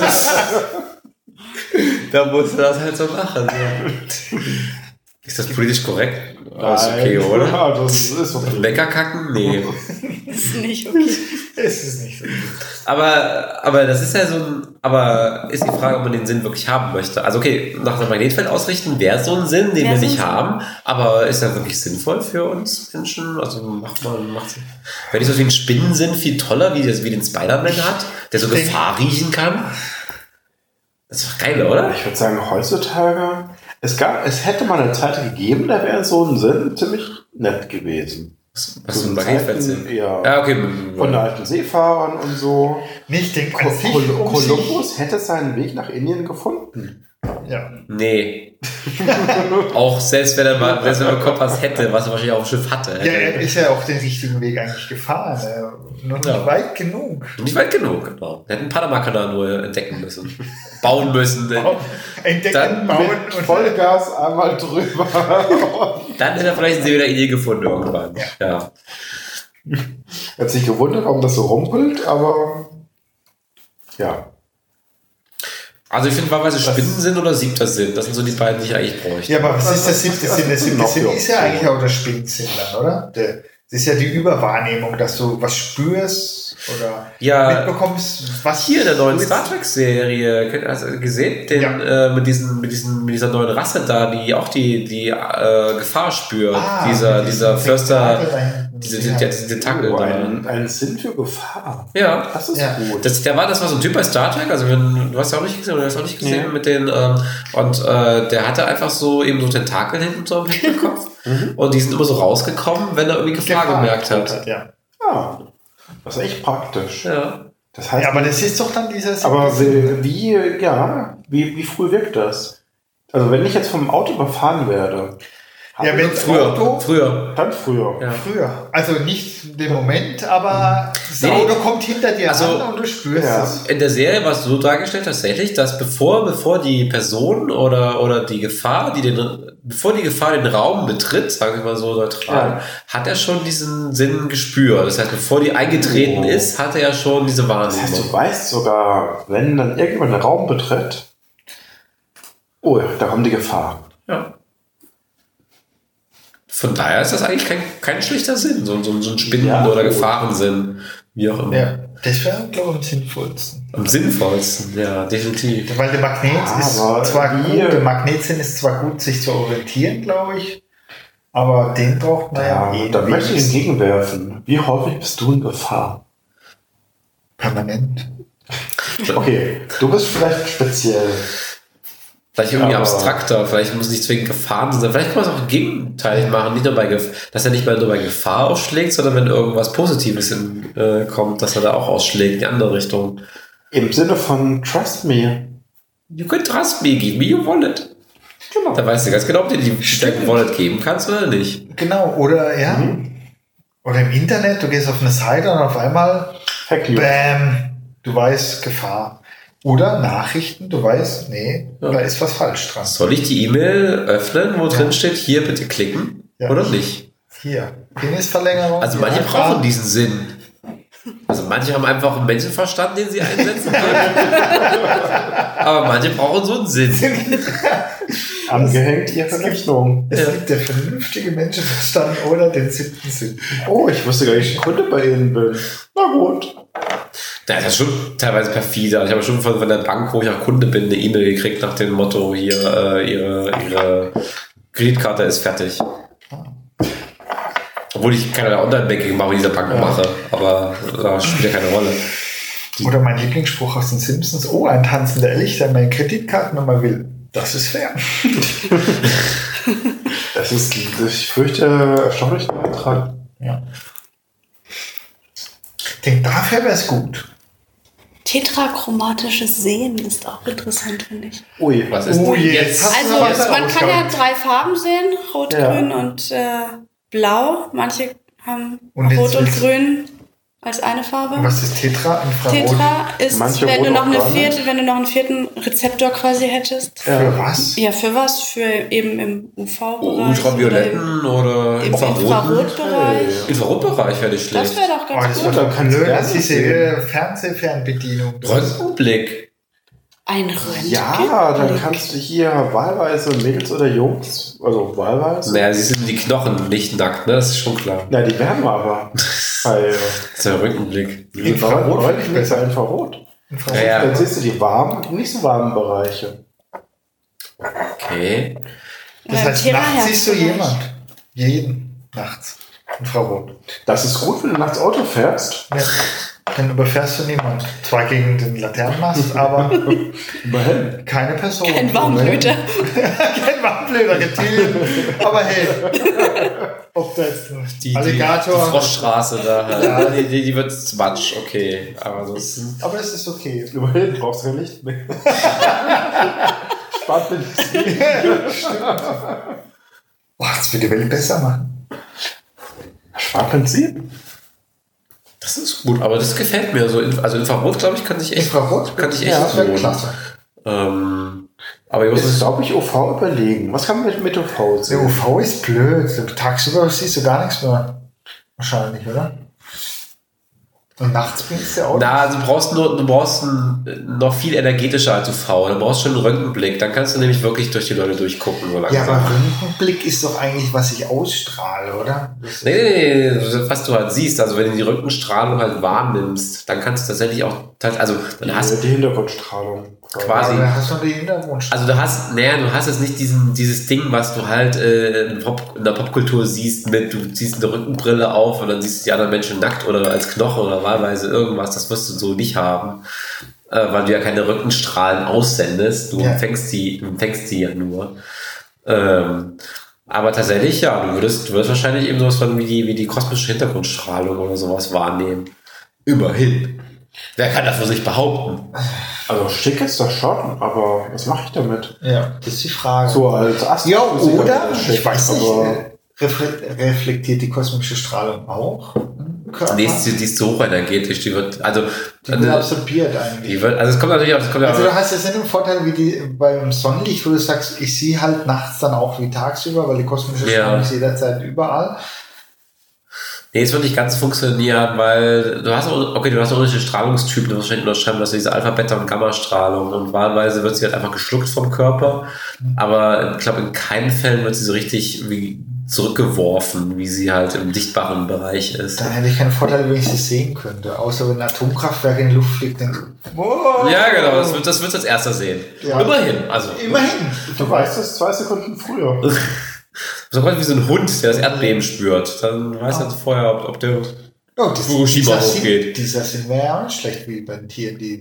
dann musst du das halt so machen. Ja. Ist das politisch korrekt? Ist okay, oder? Ja, das ist okay. Mekka kacken? Nee. Das ist nicht okay. Es ist nicht so. Aber das ist ja so ein, aber ist die Frage, ob man den Sinn wirklich haben möchte. Also okay, nach einem Magnetfeld ausrichten wäre so ein Sinn, den Wär wir so nicht ein Sinn. haben, aber ist er wirklich sinnvoll für uns Menschen? Also macht wäre nicht so wie ein Spinnensinn viel toller, wie den Spider-Man hat, der so Gefahr riechen kann? Das ist doch geil, oder? Ich würde sagen, heutzutage, es hätte mal eine Zeit gegeben, da wäre so ein Sinn ziemlich nett gewesen. Was für ein Magnetfeldsinn? Ja. Ja, okay. Von den alten Seefahrern und so. Nicht den an sich um sich. Kolumbus hätte seinen Weg nach Indien gefunden. Ja. Nee. Auch selbst wenn er einen Kompass hätte, was er wahrscheinlich auf dem Schiff hatte. Ja, er ist ja auch den richtigen Weg eigentlich gefahren. Noch nicht Ja. weit genug. Nicht weit genug, genau. Wir hätten Panama-Kanal nur entdecken müssen. Bauen müssen. Entdecken, Dann bauen Mit Vollgas einmal drüber. Dann hätte er vielleicht einen See wieder Idee gefunden irgendwann. Ja. Hat sich gewundert, warum das so rumpelt, aber ja. Also ich finde wahlweise Spinnensinn oder 7. Sinn. Das sind so die beiden, die ich eigentlich bräuchte. Ja, aber was ist der Was- 7. was- Sinn? Der 7. noch Sinn die ist ja Option? eigentlich auch der Spinnensinn dann, oder? Das ist ja die Überwahrnehmung, dass du was spürst oder Ja, mitbekommst, was hier in der neuen du jetzt- Star Trek-Serie, hast du gesehen? Ja. Mit dieser neuen Rasse da, die auch die Gefahr spürt. Ah, dieser mit diesem Förster, Tentakel da hinten. diese Ja. Tentakel Oh, da. ein Sinn für Gefahr. Ja. Das ist Ja. gut. Das war so ein Typ bei Star Trek, also du hast ja auch nicht gesehen, oder du hast auch nicht gesehen Ja. mit den, und der hatte einfach so eben so Tentakel hinten so am Hinterkopf und die sind immer so rausgekommen, wenn er irgendwie Gefahr gemerkt hat. Ja. Ja, das ist echt praktisch. Ja. Das heißt, Ja, aber das ist doch dann dieser aber wie früh wirkt das? Also wenn ich jetzt vom Auto überfahren werde, Ja, wenn Früher. dann früher. Ja. Früher. Also nicht den Moment, aber das Nee. Auto kommt hinter dir Also, an und du spürst ja. es. In der Serie war es so dargestellt tatsächlich, dass bevor die Person oder die Gefahr, bevor die Gefahr den Raum betritt, sagen wir mal so neutral, Ja. hat er schon diesen Sinn gespürt. Das heißt, bevor die eingetreten Oh. ist, hatte er schon diese Das Wahrnehmung. heißt, du weißt sogar, wenn dann irgendjemand einen Raum betritt, oh, da kommt die Gefahr. Ja. Von daher ist das eigentlich kein schlechter Sinn, so ein Spinnen- Ja, oder gut. Gefahrensinn, wie auch immer. Ja, das wäre, glaube ich, am sinnvollsten. Am sinnvollsten, ja, definitiv. Weil der Magnet ist Aber zwar wir- gut, der Magnetsinn ist zwar gut, sich zu orientieren, glaube ich, aber den braucht man ja, Ja, da möchte ich wenigstens entgegenwerfen. Wie häufig bist du in Gefahr? permanent. Okay, du bist vielleicht speziell. Vielleicht irgendwie Aber- abstrakter, vielleicht muss es nicht zwingend Gefahren sein. Vielleicht kann man es auch gegenteilig machen, nicht nur dass er nicht mehr nur bei Gefahr ausschlägt, sondern wenn irgendwas Positives kommt, dass er da auch ausschlägt in die andere Richtung. Im Sinne von Trust Me. You can trust me, give me your wallet. Genau. Da weißt du ganz genau, ob du die dein Wallet geben kannst oder nicht. Genau, oder ja. Oder im Internet, du gehst auf eine Seite und auf einmal bam, du weißt Gefahr. Oder Nachrichten, du weißt, nee, da ist was falsch dran. Soll ich die E-Mail öffnen, wo drin steht, hier bitte klicken oder nicht? Hier, Penisverlängerung. Also manche brauchen diesen Sinn. Also manche haben einfach einen Menschenverstand, den sie einsetzen können. Aber manche brauchen so einen Sinn. Angehängt ihre Rechnung. Es gibt der vernünftige Menschenverstand oder den 7. Sinn. Oh, ich wusste gar nicht, dass ich Kunde bei Ihnen bin. Na gut. Das ist schon teilweise perfide. Ich habe schon von der Bank, wo ich auch Kunde bin, eine E-Mail gekriegt nach dem Motto, hier, ihre Kreditkarte ist fertig. Obwohl ich keine Online-Banking mache, in dieser Bank mache. Aber das spielt ja keine Rolle. Oder mein Lieblingsspruch aus den Simpsons. Oh, ein tanzender Elch, der meine Kreditkartennummer will. Das ist fair. Das ist, ich fürchte, erstaunlich Beitrag. Ja. Ich denke, dafür wäre es gut. Tetrachromatisches Sehen ist auch interessant, finde ich. Ui, Was ist denn jetzt? Also man kann ja 3 Farben sehen, Rot, Grün und Blau. Manche haben Und Rot und jetzt- Grün als eine Farbe. Was ist Tetra? Infrarot? Tetra ist, Manche wenn du rot noch auch eine gar nicht. vierte, wenn du noch einen vierten Rezeptor quasi hättest. Für was? Ja, für was? Für eben im UV-Bereich. Ultravioletten oder Im Infraroten? Infrarotbereich. Infrarotbereich wäre nicht Das schlecht. wäre doch Oh, ganz das gut. wird doch kannst du blöd, gerne das ist sehen. diese Fernsehfernbedienung. Röntgenblick. Ein Röntgen. Ja, dann kannst du hier wahlweise Mädels oder Jungs, also wahlweise. Naja, sie sind die Knochen nicht nackt, ne? Das ist schon klar. Na, die wärmen aber. Weil Das ist der Röntgenblick. Infrarot finde ich besser. Infrarot. Infrarot. Ja, ja. Dann siehst du die warmen und nicht so warmen Bereiche. Okay. Das heißt, nachts siehst du jeden nachts. Infrarot. Das ist gut, wenn du nachts Auto fährst. Ja. Dann überfährst du niemand. Zwar gegen den Laternenmast, aber Immerhin. keine Person. Ein Warmblüter. Kein Warmblüter, getilgt. Aber hey, ob da jetzt ein Die Alligator... Froschstraße da halt. Ja. Die wird Matsch, okay. Aber das aber es ist okay. Immerhin brauchst du kein Licht mehr. Spart mir nichts. Boah, das wird die Welt besser machen. Sparprinzip? das ist gut, aber das gefällt mir. Also Infrarot, glaube ich, kann ich echt das wäre lohnen. klasse. Aber ich muss Das ist, glaube ich, UV überlegen. Was kann man mit UV Der sehen? UV ist blöd. Tagsüber siehst du gar nichts mehr. Wahrscheinlich, oder? Und nachts bringst du auch. Na, also du brauchst noch viel energetischer als UV. Du brauchst schon einen Röntgenblick. Dann kannst du nämlich wirklich durch die Leute durchgucken. So Ja, langsam. aber Röntgenblick ist doch eigentlich, was ich ausstrahle, oder? Das ist- Nee, was du halt siehst, also wenn du die Röntgenstrahlung halt wahrnimmst, dann kannst du tatsächlich auch, also dann hast Die Hintergrundstrahlung. quasi, Aber da hast du die Hintergrundstrahlung. also du hast jetzt nicht dieses Ding, was du halt in der Popkultur siehst mit, du ziehst eine Rückenbrille auf und dann siehst du die anderen Menschen nackt oder als Knochen oder wahlweise irgendwas, das wirst du so nicht haben, weil du ja keine Röntgenstrahlen aussendest, du empfängst die ja nur. Aber tatsächlich, ja, du würdest wahrscheinlich eben sowas von wie die kosmische Hintergrundstrahlung oder sowas wahrnehmen. Immerhin. Wer kann das für sich behaupten? Also schick ist das schon, aber was mache ich damit? Ja, das ist die Frage. So als Ja, Astrophysiker oder? ist das schick, Ich weiß nicht. aber Reflektiert die kosmische Strahlung auch im Körper? Nee, die ist so hochenergetisch, die wird, also, Die wird absorbiert eigentlich. also es kommt natürlich auch, Also du hast jetzt nicht den Vorteil wie beim Sonnenlicht, wo du sagst, ich sehe halt nachts dann auch wie tagsüber, weil die kosmische Strahlung ist jederzeit überall. nee, es wird nicht ganz funktionieren, weil du hast unterschiedliche Strahlungstypen, du musst wahrscheinlich unterscheiden, dass diese Alpha, Beta und Gamma-Strahlung und wahlweise wird sie halt einfach geschluckt vom Körper, aber ich glaube, in keinen Fällen wird sie so richtig wie zurückgeworfen, wie sie halt im dichtbaren Bereich ist. Dann hätte ich keinen Vorteil, wenn ich sie sehen könnte. Außer wenn ein Atomkraftwerk in die Luft fliegt, dann Ja, genau, das wird als erster sehen. Ja. Immerhin, also. immerhin. du weißt es 2 Sekunden früher. So quasi wie so ein Hund, der das Erdbeben spürt. Dann weiß er vorher, ob der Oh, Fukushima dieser hochgeht. Dieser sind wir ja auch nicht schlecht wie bei den Tieren, die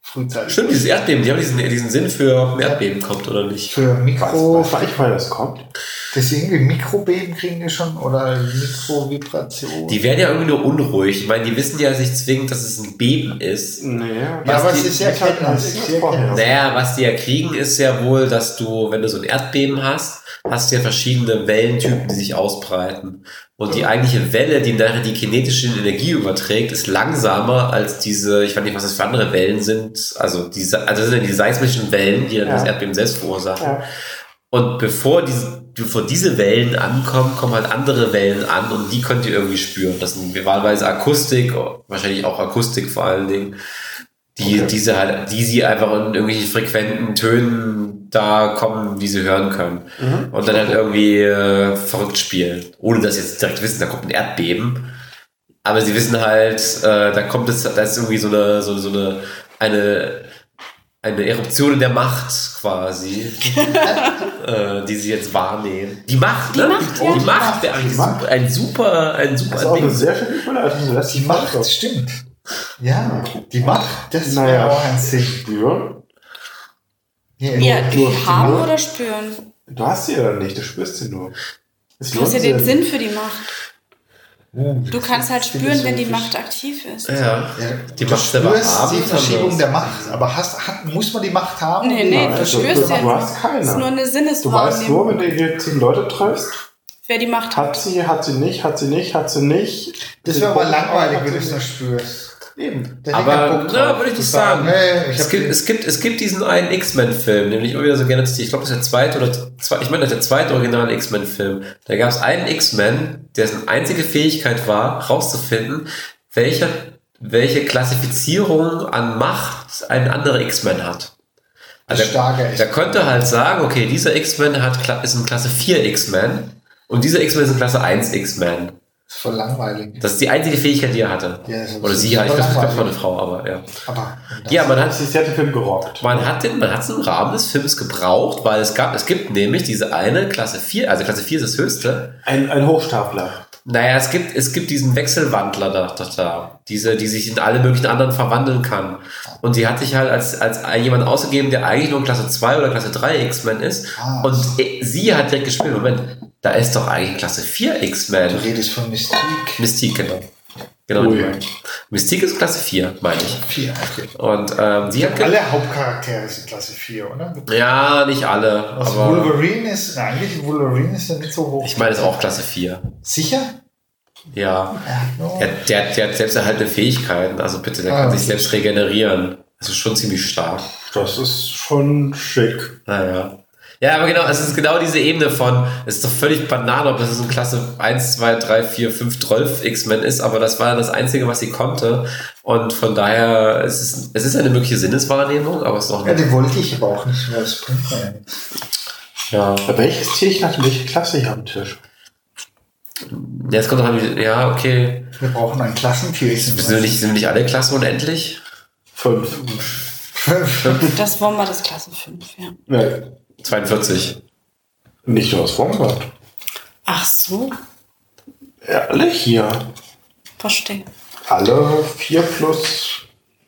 frühzeitig. Stimmt, dieses Erdbeben, die haben diesen Sinn für, ob ein Erdbeben kommt oder nicht. Für Mikro... Weiß ich, weil das kommt. Das irgendwie Mikrobeben kriegen die schon oder Mikrovibration. Die werden ja irgendwie nur unruhig. Ich meine, die wissen ja nicht zwingend, dass es ein Beben ist. Naja, Ja, aber es ist ja Kenntnis. Naja, was die ja kriegen, ist ja wohl, dass du, wenn du so ein Erdbeben hast du ja verschiedene Wellentypen, die sich ausbreiten. Und die eigentliche Welle, die nachher die kinetische Energie überträgt, ist langsamer als diese, ich weiß nicht, was das für andere Wellen sind. Also das sind ja die seismischen Wellen, die dann das Erdbeben selbst verursachen. Ja. Und bevor diese Wellen ankommen, kommen halt andere Wellen an und die könnt ihr irgendwie spüren. Das sind wahlweise Akustik, wahrscheinlich auch Akustik vor allen Dingen, die sie einfach in irgendwelchen frequenten Tönen da kommen, die sie hören können. Mhm. Und dann halt irgendwie verrückt spielen. Ohne dass sie jetzt direkt wissen, da kommt ein Erdbeben. Aber sie wissen halt, da ist irgendwie so eine Eruption in der Macht quasi, die sie jetzt wahrnehmen. Die Macht wäre eigentlich ein super das ist auch eine sehr schöne Überleitung. Die Macht, stimmt. Ja, die Macht, das wäre auch ein Sinn. Ja, die haben oder spüren? Du hast sie ja nicht, du spürst sie nur. Du hast ja den Sinn für die Macht. Du kannst halt spüren, wenn die Macht aktiv ist. Ja, die Macht selber haben. Die Verschiebung der Macht. Aber muss man die Macht haben? Nee, du spürst ja. Du hast keine. Das ist nur eine Sinneswahrnehmung. Du weißt nur, wenn du hier 10 Leute triffst, wer die Macht hat. Hat sie nicht. Das wäre aber langweilig, wenn du es nur spürst. Eben. Aber würde ich nicht sagen. Nee, es gibt diesen einen X-Men-Film, den ich immer wieder so gerne zitiere. Ich glaube, das ist der zweite originale X-Men-Film. Da gab es einen X-Men, dessen einzige Fähigkeit war, rauszufinden, welche Klassifizierung an Macht ein anderer X-Men hat. Also der könnte halt sagen, okay, dieser X-Men ist ein Klasse 4 X-Men und dieser X-Men ist ein Klasse 1 X-Men. Das ist voll langweilig. Das ist die einzige Fähigkeit, die er hatte. Ja, oder sie hat, ich glaube, das war eine Frau, aber ja. Sie hat den Film gerockt. Man hat es im Rahmen des Films gebraucht, weil es gibt nämlich diese eine Klasse 4, also Klasse 4 ist das höchste. Ein Hochstapler. Naja, es gibt diesen Wechselwandler da, die sich in alle möglichen anderen verwandeln kann. Und die hat sich halt als jemand ausgegeben, der eigentlich nur in Klasse 2 oder Klasse 3 X-Men ist. Und sie hat direkt gespielt, Moment, da ist doch eigentlich Klasse 4 X-Men. Du redest von Mystique. Mystique, genau. Mystique ist Klasse 4, meine ich. 4, okay. Und sie hat alle Hauptcharaktere sind Klasse 4, oder? Ja, nicht alle. Aber Wolverine ist ja nicht so hoch. Ich meine, es ist auch Klasse 4. Sicher? Ja. Der hat selbst erhaltene Fähigkeiten. Also bitte, der kann sich selbst regenerieren. Das ist schon ziemlich stark. Das ist schon schick. Naja. Ja, aber genau, es ist genau diese Ebene von, es ist doch völlig Banane, ob das in Klasse 1, 2, 3, 4, 5, 12 X-Men ist, aber das war das Einzige, was sie konnte. Und von daher, es ist eine mögliche Sinneswahrnehmung, aber es ist noch nicht. Ja, die wollte ich aber auch nicht, weil es bringt mir ja nichts. Ja. Welches Tier ich nach welche Klasse hier am Tisch? Ja, es kommt doch an, ja, okay. Wir brauchen ein Klassentier. Sind nicht alle Klassen unendlich? 5. Das war mal das Klasse 5, ja. Nee. 42. Nicht nur aus Wombat. Ach so. Ja, alle hier. Verstehe. Alle 4 plus.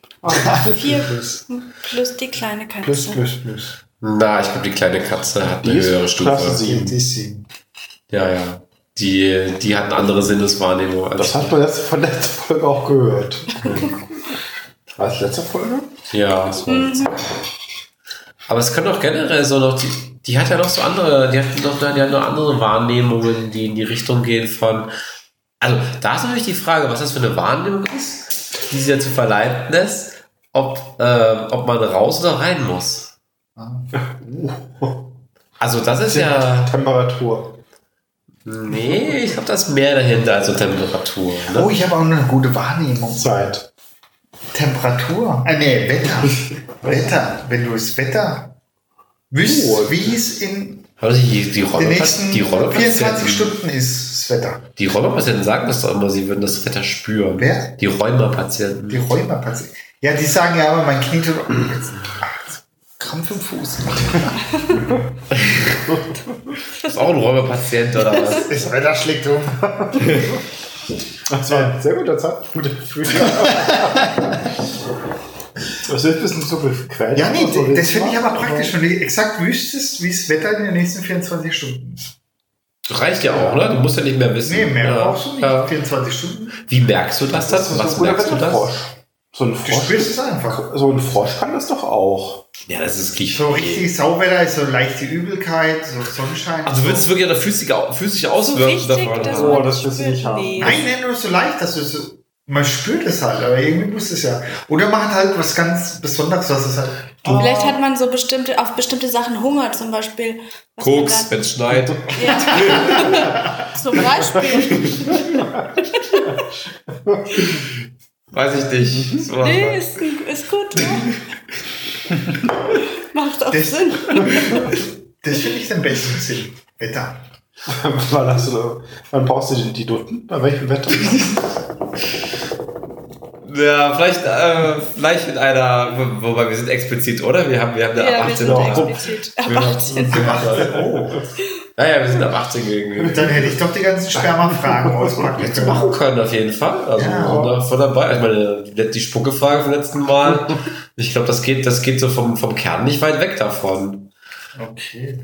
4 plus die kleine Katze. Plus. Na, ich glaube, die kleine Katze hat eine höhere Stufe. Klasse 7. Ja. Die hat eine andere Sinneswahrnehmung. Das hat man von letzter Folge auch gehört. War das letzte Folge? Ja, das war letzte Folge. Aber es können auch generell so noch, die hat ja noch so andere, die hat noch andere Wahrnehmungen, die in die Richtung gehen von, also da ist natürlich die Frage, was das für eine Wahrnehmung ist, die sie dazu verleiten lässt, ob man raus oder rein muss. Also das ist ja Temperatur. Nee, ich glaube, da ist mehr dahinter als so Temperatur. Ne? Oh, ich habe auch eine gute Wahrnehmung. Zeit. Temperatur? Wetter. Wenn du das Wetter wüsst, wie es in den nächsten 24 Stunden ist, das Wetter. Die Rheumapatienten sagen das doch immer, sie würden das Wetter spüren. Wer? Die Rheumapatienten. Ja, die sagen ja immer, mein Knie tut Krampf im Fuß. Du bist auch ein Rheumapatient, oder was? Das Wetter schlägt um. Das war ein sehr guter Zeitpunkt. Das ist ein bisschen so bequem. Ja, nee, das finde ich aber praktisch, wenn du exakt wüsstest, wie das Wetter in den nächsten 24 Stunden ist. Reicht ja auch, oder? Du musst ja nicht mehr wissen. Nee, mehr brauchst du nicht. 24 Stunden. Wie merkst du das dann? Was merkst du das? So ein Du Frosch. spürst es einfach. So ein Frosch kann das doch auch. Ja, das ist Klischee. So richtig Sauwetter ist so leichte Übelkeit, so Sonnenschein. Also würdest du wirklich an der physische Auswirkungen davon dass haben? man das willst du nicht haben. Nee. Nein, nur so leicht, dass du so, man spürt es halt, aber irgendwie muss es ja. Oder man hat halt was ganz Besonderes, was es halt. Vielleicht hat man so auf bestimmte Sachen Hunger, zum Beispiel. was man Koks, dann- wenn es schneit. Ja. Zum Beispiel. Weiß ich nicht. So Nee, ist gut, ja. Macht auch Das- Sinn. Das finde ich den besten Sinn. Wetter. Wann brauchst du denn die Dutten? Bei welchem Wetter? Ja, vielleicht in einer, wobei wir sind explizit, oder? Wir haben eine Ja, ab wir 18 sind Wochen. explizit. Ab 18. Oh. Naja, wir sind ab 18 gegen. Dann hätte ich doch die ganzen Sperma-Fragen auspacken Hättest du können. machen können, auf jeden Fall. Also, Ja. sind da voll dabei. Ich meine, die Spuckefrage vom letzten Mal, ich glaube, das geht so vom Kern nicht weit weg davon. Okay.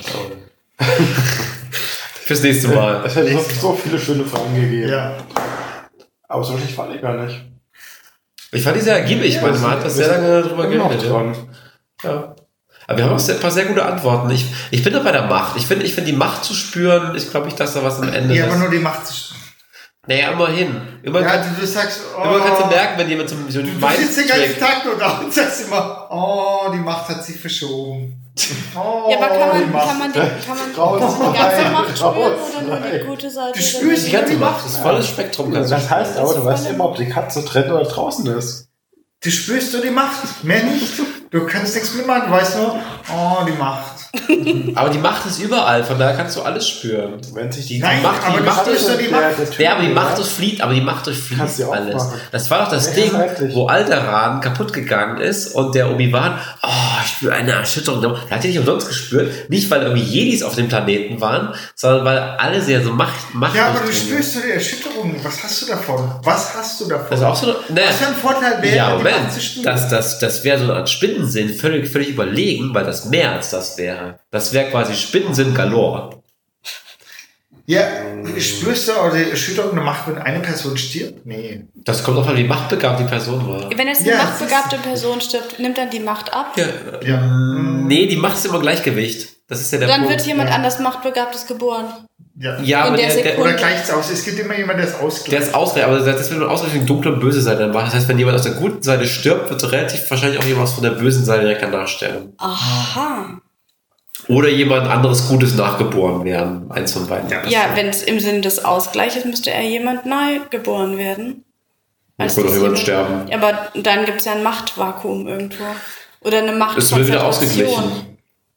Fürs nächste Mal. Es hätte so viele schöne Fragen gegeben. Ja. Aber so schlecht fand ich gar nicht. Ich fand die sehr ergiebig. Man hat das sehr lange drüber Immer noch geredet. Ja. dran. Ja. Aber wir haben auch ein paar sehr gute Antworten. Ich bin da bei der Macht. Ich finde die Macht zu spüren, ich glaube nicht, dass da was am Ende Ja, ist. aber nur die macht sich. Naja, immerhin. Immer Ja, kannst du sagst, du merken, wenn jemand so du einen sitzt den ganzen Mind-Trick. Tag nur da und sagst immer, oh, die Macht hat sich verschoben. Oh, Ja, aber die Macht. kann man die Raus, ganze nein, Macht spüren raus, oder nur die nein. gute Seite? Du spürst Die ganze Macht, das volle Spektrum kannst du Das heißt aber, du weißt voll immer, ob die Katze drin oder draußen ist. Du spürst nur die Macht, mehr nicht. Du kannst nichts mitmachen, du weißt nur, oh, die Macht. Aber die Macht ist überall, von daher kannst du alles spüren. Wenn sich die Nein, Macht- aber die du Macht spürst nur die Macht. Ja, aber die Macht durchfließt, Kannst du auch alles. machen. Das war doch das Ja, Ding, wirklich. wo Alderaan kaputt gegangen ist und der Obi-Wan, ich spüre eine Erschütterung. Der hat die nicht umsonst gespürt. Nicht, weil irgendwie Jedis auf dem Planeten waren, sondern weil alle sehr so Macht Ja, aber du durchdringen. spürst nur die Erschütterung. Was hast du davon? Was hast du davon? Das ist auch so eine, Was für ein Vorteil wäre, ja, die Moment, Macht zu spüren? das wäre so eine Art Spinnensinn, völlig überlegen, weil das mehr als das wäre. Das wäre quasi Spinnensinn galore. Ja, spürst du auch die Erschütterung der Macht, wenn eine Person stirbt? Nee. Das kommt auch an, wie machtbegabt die Person war. Wenn jetzt eine Ja, machtbegabte Person stirbt, nimmt dann die Macht ab? Ja, Ja. nee, die Macht ist immer Gleichgewicht. Das ist ja der Dann Punkt. wird jemand anders Machtbegabtes geboren. Ja. Ja, in aber der der Sekunde. Oder gleicht es aus. Es gibt immer jemanden, der es ausgleicht. der ist ausreichend, aber das wird nur ausreichend dunkle und böse Seite machen. Das heißt, wenn jemand aus der guten Seite stirbt, wird relativ wahrscheinlich auch jemand von der bösen Seite direkt danach sterben. Aha. Oder jemand anderes Gutes nachgeboren werden. Eins von beiden. Ja, wenn es im Sinne des Ausgleiches müsste eher neu geboren werden. Jetzt wird doch jemand sterben. Ja, aber dann gibt es ja ein Machtvakuum irgendwo. Oder eine Es wird wieder Machtkonzentration. ausgeglichen.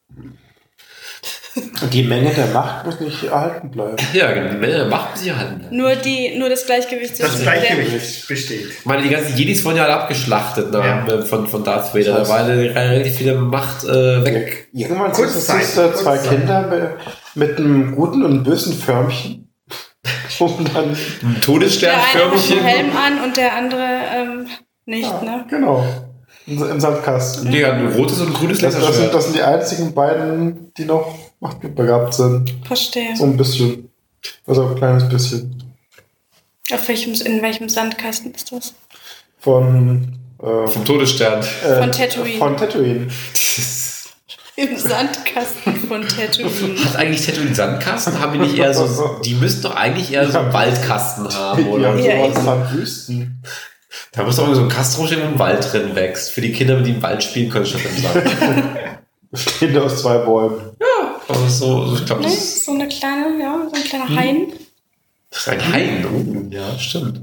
Und die Menge der Macht muss nicht erhalten bleiben. Ja, die Männer machen sich halten. Nur das Gleichgewicht Das zwischen Gleichgewicht besteht. Ich meine, die ganzen Jedis wurden ja alle abgeschlachtet von Darth Vader. Da war relativ viel Macht weg. Irgendwann Kurzzeit, siehst du zwei Kurzzeit. Kinder mit einem guten und bösen Förmchen. Und dann, Ein Der eine hat einen Todessternförmchen. Helm an und der andere nicht, ne? genau, im Sandkasten. Nee, ein rotes und ein grünes Das Laserschwert. sind die einzigen beiden, die noch machtbegabt sind. Verstehe. So ein bisschen. Also ein kleines bisschen. In welchem Sandkasten ist das? Vom Todesstern. Von Tatooine. Von Tatooine. Im Sandkasten von Tatooine. Hat eigentlich Tatooine einen Sandkasten? Haben die nicht eher so. Die müssten doch eigentlich eher so einen Waldkasten haben, Die oder? haben Ja, sowas eben. Sandwüsten. Da muss doch irgendwie so ein Kasten rumstehen, wo ein Wald drin wächst. Für die Kinder, die im Wald spielen können, statt im Sand. Bestehend aus 2 Bäumen. Aber so, ich glaube, Ne? das ist So ein kleiner Hain. ein Hain. Oh, ja, stimmt.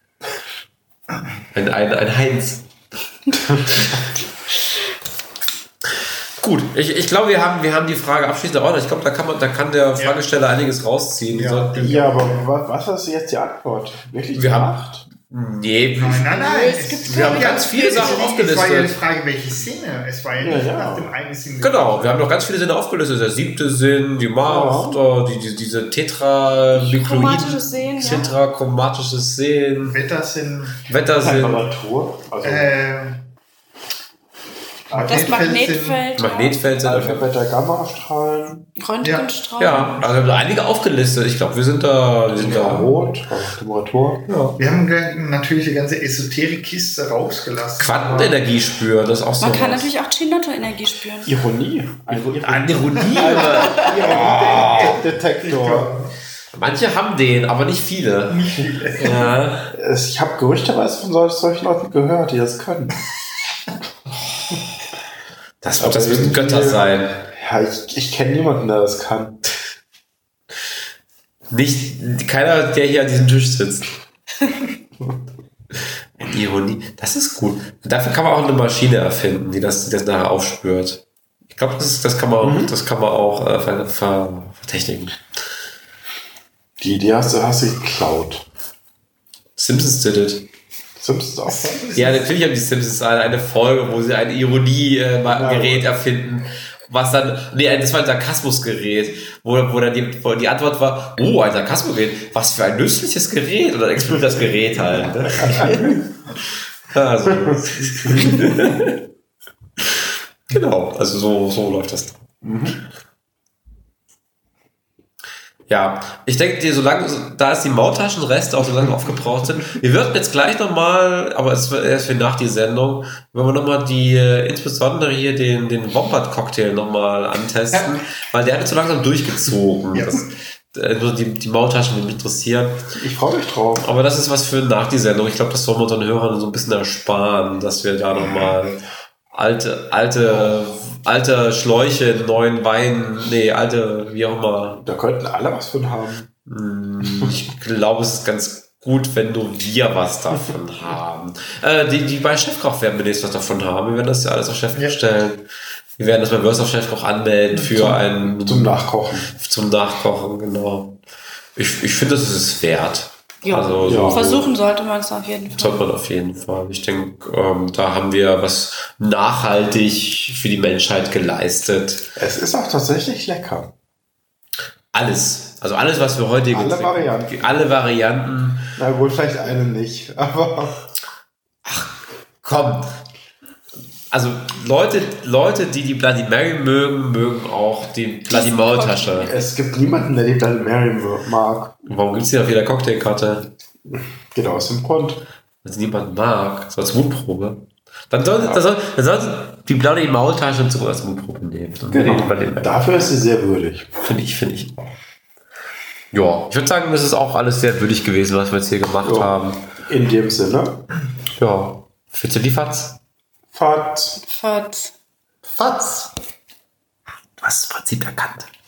Ein Heinz. Gut, ich glaube, wir haben die Frage abschließend erörtert. Ich glaube, da kann der Fragesteller einiges rausziehen. Ja. Sollten- Ja, aber was ist jetzt die Antwort? Wirklich Wir haben- Macht? Nee, Nein. Es gibt wir haben ganz viele Sachen Es war ja die aufgelistet. Frage, welche Sinne. Es war ja nicht Ja. nach dem einen Sinn. Genau, wir haben noch ganz viele Sinne aufgelistet. Der 7. Sinn, die Macht, diese tetrachromatisches Chromatisches Sehen, ja. tetrachromatisches Sehen, Wettersinn. Wettersinn. Temperatur? Also, Das Magnetfeld. Magnetfeld sind Alpha, Beta, Gamma-Strahlen. Röntgenstrahlen. Ja, also wir haben einige aufgelistet. Ich glaube, wir sind da Rot, Temperatur. Ja. Wir haben natürlich die ganze Esoterik-Kiste rausgelassen. Quantenenergie spüren, das ist auch so. Man kann natürlich auch Chinotto-Energie spüren. Ironie. Ironie. Detektor. Manche haben den, aber nicht viele. Ja. Ich habe gerüchteweise von solchen Leuten gehört, die das können. Das müssen Götter sein. Ja, ich kenne niemanden, der das kann. Keiner, der hier an diesem Tisch sitzt. Ironie, das ist gut. Dafür kann man auch eine Maschine erfinden, die das nachher aufspürt. Ich glaube, das kann man auch vertechniken. Die Idee hast du geklaut. Simpsons did it. Simpsons auch. Ja, natürlich haben die Simpsons eine Folge, wo sie ein Ironie-Gerät erfinden. Was dann, das war ein Sarkasmusgerät, wo dann die Antwort war, oh, ein Sarkasmusgerät, was für ein nützliches Gerät, und dann explodiert das Gerät halt. Also. Genau, also so läuft das. Ja, ich denke, da ist die Maultaschenreste auch so lange aufgebraucht sind. Wir würden jetzt gleich nochmal, aber es wird erst für nach die Sendung, wenn wir nochmal insbesondere hier den Wombat-Cocktail nochmal antesten, weil der hat jetzt so langsam durchgezogen. Ja. Nur die Maultaschen, die mich interessieren. Ich freue mich drauf. Aber das ist was für nach die Sendung. Ich glaube, das sollen wir unseren Hörern so ein bisschen ersparen, dass wir da nochmal alte Schläuche, neuen Wein, alte, wie auch immer. Da könnten alle was von haben. Ich glaube, es ist ganz gut, wenn nur wir was davon haben. Die bei Chefkoch werden wir nächstes was davon haben. Wir werden das ja alles auf Chefkoch stellen. Wir werden das bei Wurst auf Chefkoch anmelden zum Nachkochen. Zum Nachkochen, genau. Ich finde, das ist es wert. Ja, also, versuchen sollte man es auf jeden Fall. Sollte man auf jeden Fall. Ich denke, da haben wir was nachhaltig für die Menschheit geleistet. Es ist auch tatsächlich lecker. Alles. Also alles, was wir heute Varianten. Alle Varianten. Na gut, vielleicht eine nicht, aber... Ach, komm. Also Leute, die Bloody Mary mögen auch die Bloody Maultasche. Es gibt niemanden, der die Bloody Mary mag. Warum gibt es die auf jeder Cocktailkarte? Geht aus dem Grund. Wenn sie niemand mag, so als Mutprobe. Dann soll die Bloody Maultasche sogar als Mutprobe nehmen. Genau. Dafür ist sie sehr würdig. Finde ich. Ja, ich würde sagen, das ist auch alles sehr würdig gewesen, was wir jetzt hier gemacht haben. In dem Sinne. Ja. Für die Fatz. Fatz. Du hast das Prinzip erkannt.